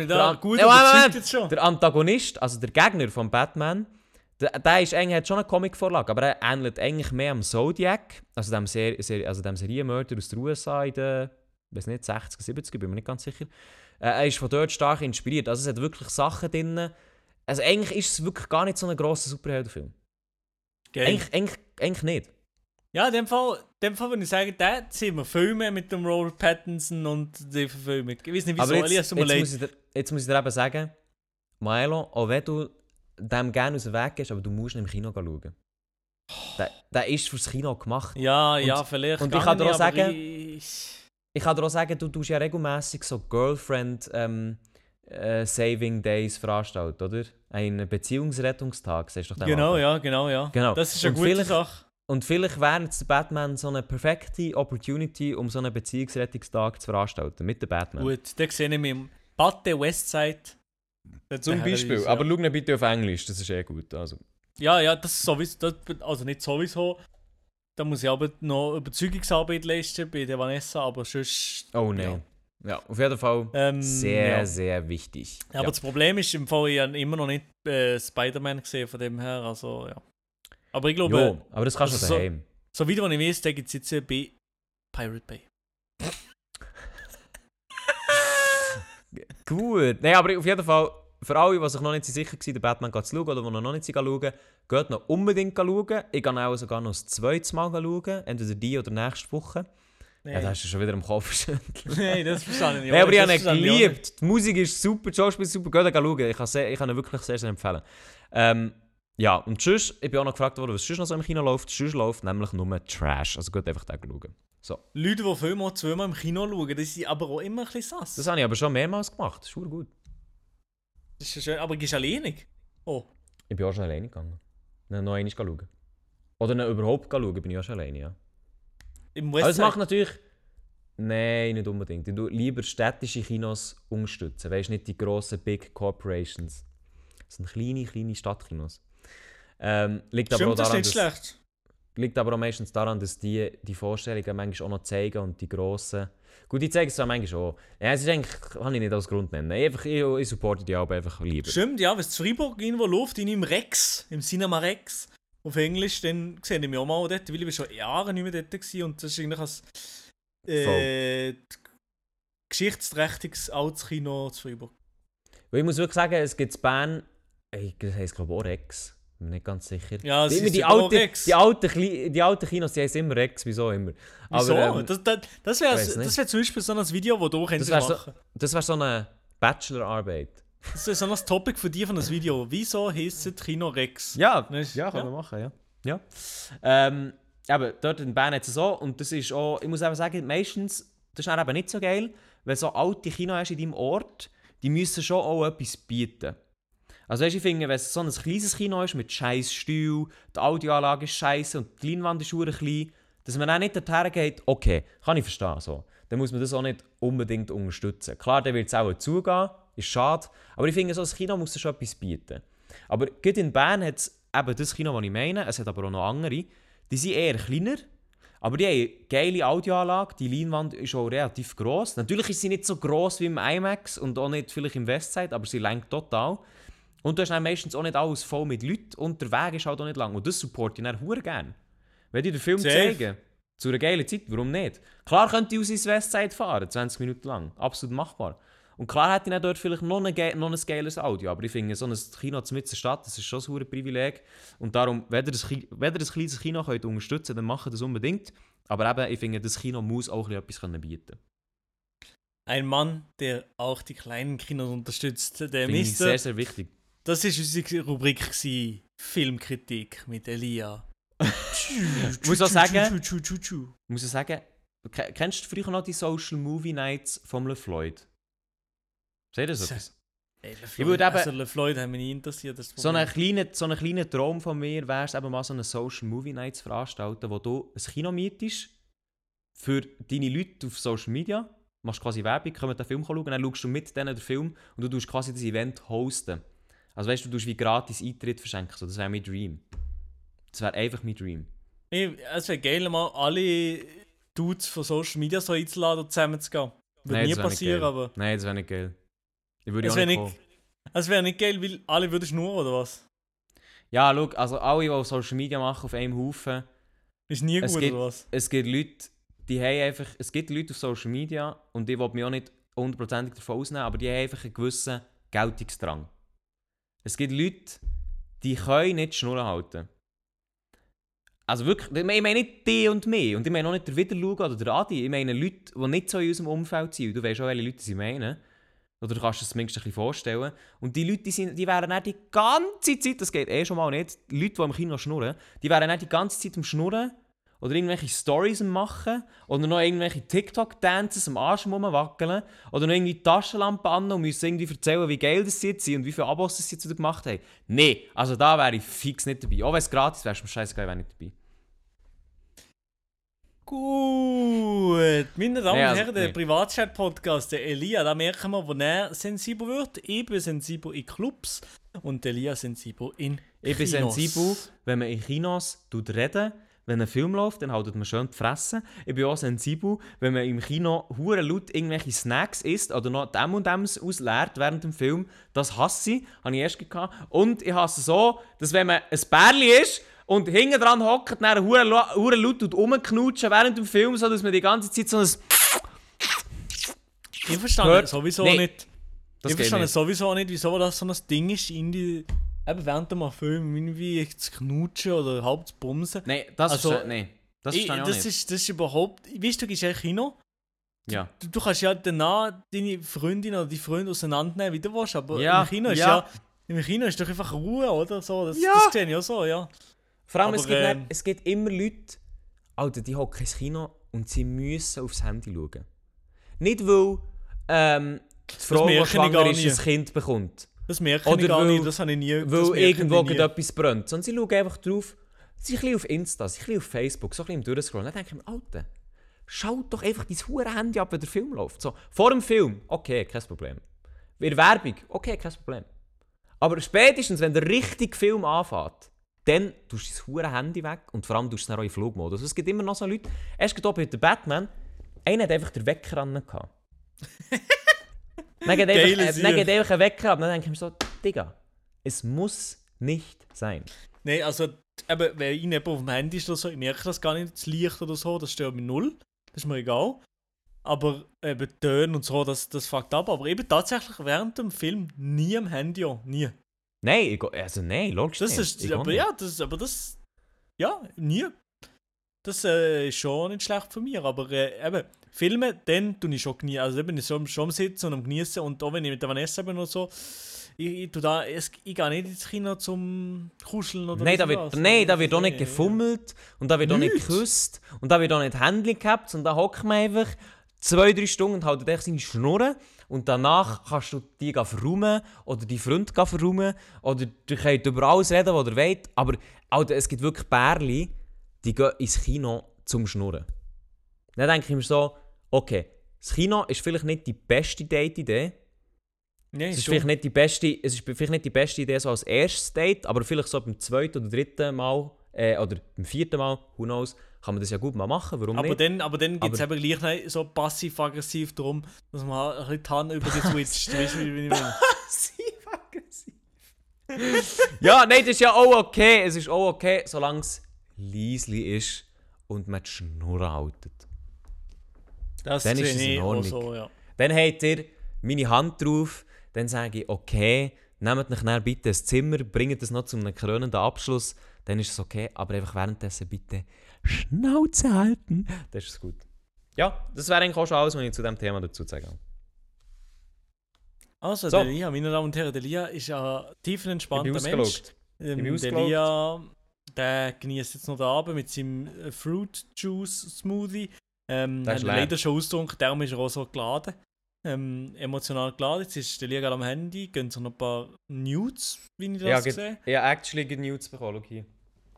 Antagonist, also der Gegner von Batman, der ist eigentlich, hat schon eine Comicvorlage, aber er ähnelt eigentlich mehr am Zodiac, also dem Serienmörder aus den USA in den, ich weiß nicht, 60er, 70er, bin mir nicht ganz sicher. Er ist von dort stark inspiriert. Also es hat wirklich Sachen drin. Also eigentlich ist es wirklich gar nicht so ein grosser Superheldenfilm. Eigentlich nicht. Ja, in dem Fall würde ich sagen, da sind wir Filme mit dem Robert Pattinson und die Verfilmung. Ich weiß nicht, wieso, jetzt muss ich dir eben sagen, Milo, auch wenn du dem gerne aus dem Weg gehst, aber du musst ihn im Kino schauen. Der ist fürs Kino gemacht. Ja, vielleicht. Und ich kann dir auch sagen... Ich kann dir auch sagen, du tust ja regelmässig so Girlfriend Saving Days veranstalten, oder? Ein Beziehungsrettungstag, sagst du doch. Genau, ja. Das ist eine gute Sache. Und vielleicht wäre jetzt Batman so eine perfekte Opportunity, um so einen Beziehungsrettungstag zu veranstalten mit dem Batman. Gut, da sehe ich mich im Batte Westside Zum Beispiel. Ja. Aber schau ihn bitte auf Englisch, das ist gut. Also. Ja, das ist sowieso, also nicht sowieso. Da muss ich aber noch Überzeugungsarbeit leisten bei der Vanessa, aber sonst... Oh nein. Ja, auf jeden Fall sehr, sehr wichtig. Ja, aber das Problem ist, im Fall, ich habe immer noch nicht Spider-Man gesehen, von dem her, also ja. Aber ich glaube... Jo, aber das kannst du also daheim. So wie ich weiß, da gibt es jetzt bei Pirate Bay. Gut. Nein, aber auf jeden Fall, für alle, die sich noch nicht sicher waren, den Batman zu schauen oder die noch nicht schauen, geht noch unbedingt schauen. Ich gehe auch sogar noch das zweite Mal schauen, entweder die oder nächste Woche. Nein. Ja, da hast du schon wieder im Kopf geschüttelt. Nein, das verstehe ich nicht. Nein, aber ich habe ihn geliebt. Die Musik ist super, die Schauspiel ist super. Geht schauen. Ich kann ihn wirklich sehr, sehr empfehlen. Ja, und sonst, ich bin auch noch gefragt worden, was sonst noch so im Kino läuft. Sonst läuft nämlich nur Trash. Also geht einfach da schauen. So. Leute, die Filme zweimal im Kino schauen, die sind aber auch immer ein bisschen sass. Das habe ich aber schon mehrmals gemacht. Das ist super gut. Das ist ja schön, aber gehst du alleinig? Oh. Ich bin auch schon alleine gegangen. Dann noch einmal schauen. Oder dann überhaupt schauen, bin ich auch schon alleine, ja. Im Aber das Westside? macht natürlich... Nein, nicht unbedingt. Ich tue lieber städtische Kinos unterstützen. Weißt nicht die grossen Big Corporations. Das sind kleine Stadtkinos. Liegt aber auch Stimmt, das ist daran, nicht schlecht. liegt aber auch meistens daran, dass die Vorstellungen manchmal auch noch zeigen und die grossen... Gut, die zeigen es auch manchmal auch. Ja, es ist eigentlich... Kann ich nicht als Grund nennen. Ich supporte die auch einfach lieber. Stimmt, ja, wenn es zu Freiburg irgendwo läuft, in einem Rex, im Cinema Rex, auf Englisch, dann sehe ich mich auch mal dort, weil ich schon Jahre nicht mehr dort war und das ist eigentlich als geschichtsträchtiges altes Kino zu Freiburg. Weil ich muss wirklich sagen, es gibt in Bern... Das heisst glaube ich auch Rex. Bin mir nicht ganz sicher. Ja, es ist die auch alten, Rex. die alten Kinos, die heißen immer Rex, wieso immer. Wieso? Aber, das weiss wäre nicht. zum Beispiel so ein Video, das du das könntest wäre machen. so, wär so eine Bachelorarbeit. Das wäre so ein Topic für dich von einem Video. Wieso heisst es Kino Rex? Ja, Weißt du? ja, kann man machen, ja. Aber dort in Bern hat es so, und das ist auch, ich muss eben sagen, meistens, das ist dann eben nicht so geil, weil so alte Kino hast in deinem Ort, die müssen schon auch etwas bieten. Also weißt, ich finde, wenn es so ein kleines Kino ist mit scheiß Stuhl, die Audioanlage ist scheiße und die Leinwand ist verdammt klein, dass man dann nicht dorthin geht, okay, kann ich verstehen. So. Dann muss man das auch nicht unbedingt unterstützen. Klar, dann wird es auch zugehen, ist schade, aber ich finde, so ein Kino muss schon etwas bieten. Aber gerade in Bern hat es eben das Kino, das ich meine, es hat aber auch noch andere, die sind eher kleiner, aber die haben eine geile Audioanlage, die Leinwand ist auch relativ gross. Natürlich ist sie nicht so gross wie im IMAX und auch nicht vielleicht im Westside, aber sie lenkt total. Und du hast dann meistens auch nicht alles voll mit Leuten und der Weg ist halt auch nicht lang. Und das supporte ich dann verdammt gerne. Wenn die den Film zeigen, zu einer geilen Zeit, warum nicht? Klar könnte ich aus ins Westside fahren, 20 Minuten lang. Absolut machbar. Und klar hätte ich dann dort vielleicht noch ein geiles Audio, aber ich finde, so ein Kino mitten in der Stadt, das ist schon ein Privileg. Und darum, wenn ihr das kleines Kino könnt unterstützen könnt, dann macht das unbedingt. Aber eben, ich finde, das Kino muss auch etwas bieten können. Ein Mann, der auch die kleinen Kinos unterstützt. Der Finde ich Mister. sehr, sehr wichtig. Das war unsere Rubrik Filmkritik mit Elia. Muss auch sagen, kennst du früher noch die Social Movie Nights von LeFloid? Seht ihr das? Ich würde eben, also LeFloid hat mich nie interessiert. So ein kleiner Traum von mir wäre es eben mal so eine Social Movie Nights veranstalten, wo du ein Kino mietest für deine Leute auf Social Media, machst quasi Werbung, kommen den Film schauen, dann schaust du mit denen den Film und du tust quasi das Event hosten. Also weißt du, du tust wie gratis Eintritt verschenken. So, das wäre mein Dream. Das wäre einfach mein Dream. Es wäre geil, mal alle Dudes von Social Media so einzuladen und zusammen zu gehen. Würde nie passieren, aber... Nein, das wäre nicht geil. Ich würde es wäre nicht geil, weil alle würden schnurren, oder was? Ja, schau, also alle, die auf Social Media machen, auf einem Haufen... Ist nie gut, oder was? Es gibt Leute, die haben einfach... Es gibt Leute auf Social Media, und ich will mich auch nicht 100% davon ausnehmen, aber die haben einfach einen gewissen Geltungsdrang. Es gibt Leute, die können nicht Schnurren halten. Also wirklich, ich meine nicht die und mich. Und ich meine auch nicht der Wiederschauen oder der Adi. Ich meine Leute, die nicht so in unserem Umfeld sind. Du weißt auch, welche Leute sie meinen. Oder du kannst es zumindest ein bisschen vorstellen. Und die Leute, die wären dann die ganze Zeit, das geht schon mal nicht, die Leute, die im Kino schnurren, die wären dann die ganze Zeit am Schnurren oder irgendwelche Stories am machen oder noch irgendwelche TikTok-Dances am Arsch rumwackeln oder noch irgendwie die Taschenlampe an und müssen irgendwie erzählen, wie geil das jetzt sind und wie viele Abos das jetzt wieder gemacht haben. Nein, also da wäre ich fix nicht dabei. Auch wenn es gratis wäre, ist mir scheißegal, ich wäre nicht dabei. Gut, meine Damen Nee, und also, Herren, der nee. Privatchat-Podcast, der Elia, da merken wir, wo er sensibel wird. Ich bin sensibel in Clubs und Elia sensibel in Ich bin Kinos. sensibel, wenn man in Kinos reden. Wenn ein Film läuft, dann haltet man schön die Fresse. Ich bin auch sensibel, wenn man im Kino hure laut irgendwelche Snacks isst oder noch dem und dem ausleert während dem Film. Das hasse ich, habe ich erst gehabt. Und ich hasse so, dass wenn man ein Bärli ist und hinten dran hockt, dann hure laut und rumknutschen während dem Film, so dass man die ganze Zeit so ein... Ich verstehe Hört- sowieso Nee, nicht. Das Ich geht verstehe nicht. sowieso nicht, wieso das so ein Ding ist, eben während dem Film irgendwie zu knutschen oder halb zu bumsen. Nein, das Also, ist... Nein, das verstehe ich auch nicht. das ist überhaupt... Weißt du, gehst in ein Kino, Ja. du kannst ja danach deine Freundin oder die Freunde auseinandernehmen, wie du willst, aber Ja, im Kino ist ja. im Kino ist doch einfach Ruhe, oder? So, das, Ja. das sehe ich auch so, ja. Vor allem, Aber, es, gibt nicht, es gibt immer Leute, Alter, die hocken ins Kino und sie müssen aufs Handy schauen. Nicht, weil die Frau, die merke ich schwanger gar ist, nicht. ein Kind bekommt. Das merke Oder ich gar weil- nicht, das habe ich nie. das Weil merke irgendwo ich nie. etwas brennt. Sondern sie schauen einfach drauf, sie sind ein bisschen auf Insta, sie sind ein bisschen auf Facebook, so ein bisschen im Durchscrollen. Dann denke ich mir, Alter, schau doch einfach dein hure Handy ab, wenn der Film läuft. So, vor dem Film, okay, kein Problem. In der Werbung, okay, kein Problem. Aber spätestens, wenn der richtige Film anfängt, dann tust du dein hure Handy weg und vor allem tust du es dann auch in Flugmodus. Es gibt immer noch so Leute, erst gerade bei der Batman, einer hat einfach den Wecker ran gehabt. Dann geht Geile Sicht. einfach ein Wecker ab. Dann denke ich mir so, Digga, es muss nicht sein. Nein, also, eben, wenn ich eben auf dem Handy ist oder so, ich merke das gar nicht, das Licht oder so, das stört mich null. Das ist mir egal. Aber eben Töne und so, das fuckt ab. Aber eben tatsächlich während dem Film nie am Handy an. Nie. Nein, nein, logisch Das nicht. ist, Ich aber auch ja, ja, nie. Das ist schon nicht schlecht von mir, aber eben, Filme, dann tue ich schon genießen. Also eben, ich schon am Sitzen und am Genießen und auch wenn ich mit der Vanessa bin oder so, ich gehe nicht ins Kino zum Kuscheln oder Nein, so. da wird auch nicht gefummelt und da wird auch nicht Nichts. geküsst und da wird auch nicht Händchen gehabt und da hockt man einfach 2-3 Stunden und haltet echt seine Schnurren und danach kannst du die verräumen oder die Freund verräumen oder du könnt über alles reden, was ihr wollt, aber Alter, es gibt wirklich Pärchen, die gehen ins Kino zum Schnurren. Dann denke ich mir so, okay, das Kino ist vielleicht nicht die beste Date-Idee. Nein, Es ist schon. vielleicht nicht die beste Idee so als erstes Date, aber vielleicht so beim zweiten oder dritten Mal oder beim vierten Mal, who knows, kann man das ja gut mal machen, warum Aber nicht? dann geht es Aber- eben gleich nicht so passiv-aggressiv darum, dass man halt ein bisschen die Hand über die switcht. Weißt du, wie ich meine? Ja, nein, das ist ja auch okay. Es ist auch okay, solange es leislich ist und man die Schnur haltet. Das Dann ist sehe es in ich auch Ordnung. so, ja. Dann habt ihr meine Hand drauf, dann sage ich, okay, nehmt euch dann bitte ein Zimmer, bringt es noch zu einem krönenden Abschluss, dann ist es okay, aber einfach währenddessen bitte Schnauze halten. Das ist gut. Ja, das wäre eigentlich auch schon alles, was ich zu diesem Thema dazu zu sagen habe. Also, So. der Lia, meine Damen und Herren, der Lia ist ein tiefenentspannter Ich bin Mensch. ausgelaugt. Ich bin Der ausgelaugt. Lia, der genießt jetzt noch den Abend mit seinem Fruit Juice Smoothie. Der Hat ist ihn leer. leider schon ausgetrunken, darum ist er auch so geladen. Emotional geladen. Jetzt ist der Lia gerade am Handy, gehen so noch ein paar Nudes, wie ich das Ja, sehe. ich habe actually good News bekommen, schau hier.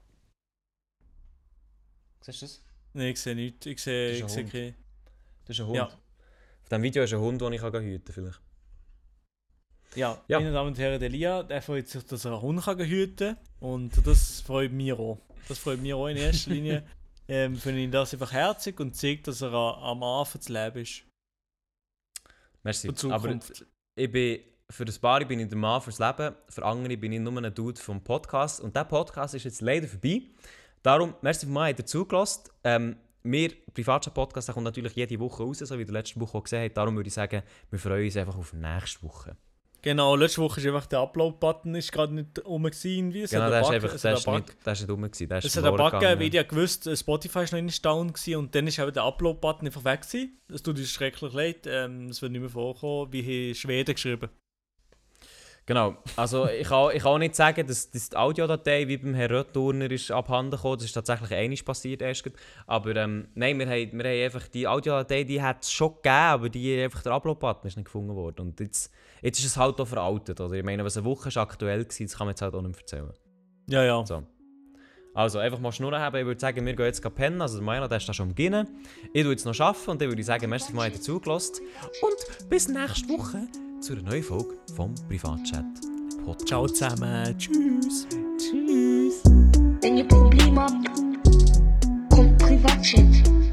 Siehst du das? Nein, ich sehe nichts. Ich Das sehe ist ein Hund. keine. Das ist ein Hund. Ja. Auf diesem Video ist ein Hund, den ich hüten kann vielleicht. Ja, Ja. meine Damen und Herren, der Lia, der freut sich, dass er einen Hund kann hüten kann. Und das freut mich auch. Das freut mich auch in erster Linie. Finde ich das einfach herzig und zeigt, dass er am Anfang zu leben ist. Merci. Für die Aber Zukunft. ich bin, für das Paar bin ich der Mann fürs Leben, für andere bin ich nur ein Dude vom Podcast. Und dieser Podcast ist jetzt leider vorbei. Darum, merci für mich, habt ihr zugelassen. Wir, Privatchat-Podcast, der kommt natürlich jede Woche raus, so wie ihr letzte Woche auch gesehen habt. Darum würde ich sagen, wir freuen uns einfach auf nächste Woche. Genau, letzte Woche ist einfach der Upload-Button gerade nicht rum gewesen. Wie es Genau, hat der einen ist Bug- einfach, es der hat ist einen Bug. nicht, der ist nicht rum gewesen, der ist Es hat einen verloren Bug gegangen. gegeben, weil ich ja gewusst, Spotify ist noch in down gewesen und dann ist eben der Upload-Button einfach weg gewesen. Es tut uns schrecklich leid, es wird nicht mehr vorkommen, wie in Schweden geschrieben. Genau, also ich kann auch nicht sagen, dass die Audiodatei wie beim Herrn Röttturner ist abhanden gekommen. Das ist tatsächlich einmal passiert erst gerade. Aber nein, wir haben einfach die Audiodatei, die hat es schon gegeben, aber einfach der Upload-Button ist nicht gefunden worden. Und jetzt ist es halt auch veraltet. Oder? Ich meine, was eine Woche ist aktuell war, das kann man jetzt halt auch nicht erzählen. Ja, ja. So. Also, einfach mal Schnurren haben. Ich würde sagen, wir gehen jetzt pennen. Also, der Milo, der ist da schon am Beginnen. Ich tue jetzt noch arbeiten und dann würde ich sagen, merci für mal dazugelassen. Und bis nächste Woche zu einer neuen Folge vom Privatchat-Podcast. Ciao zusammen. Tschüss. Tschüss. Wenn ihr Probleme habt, kommt Privatchat.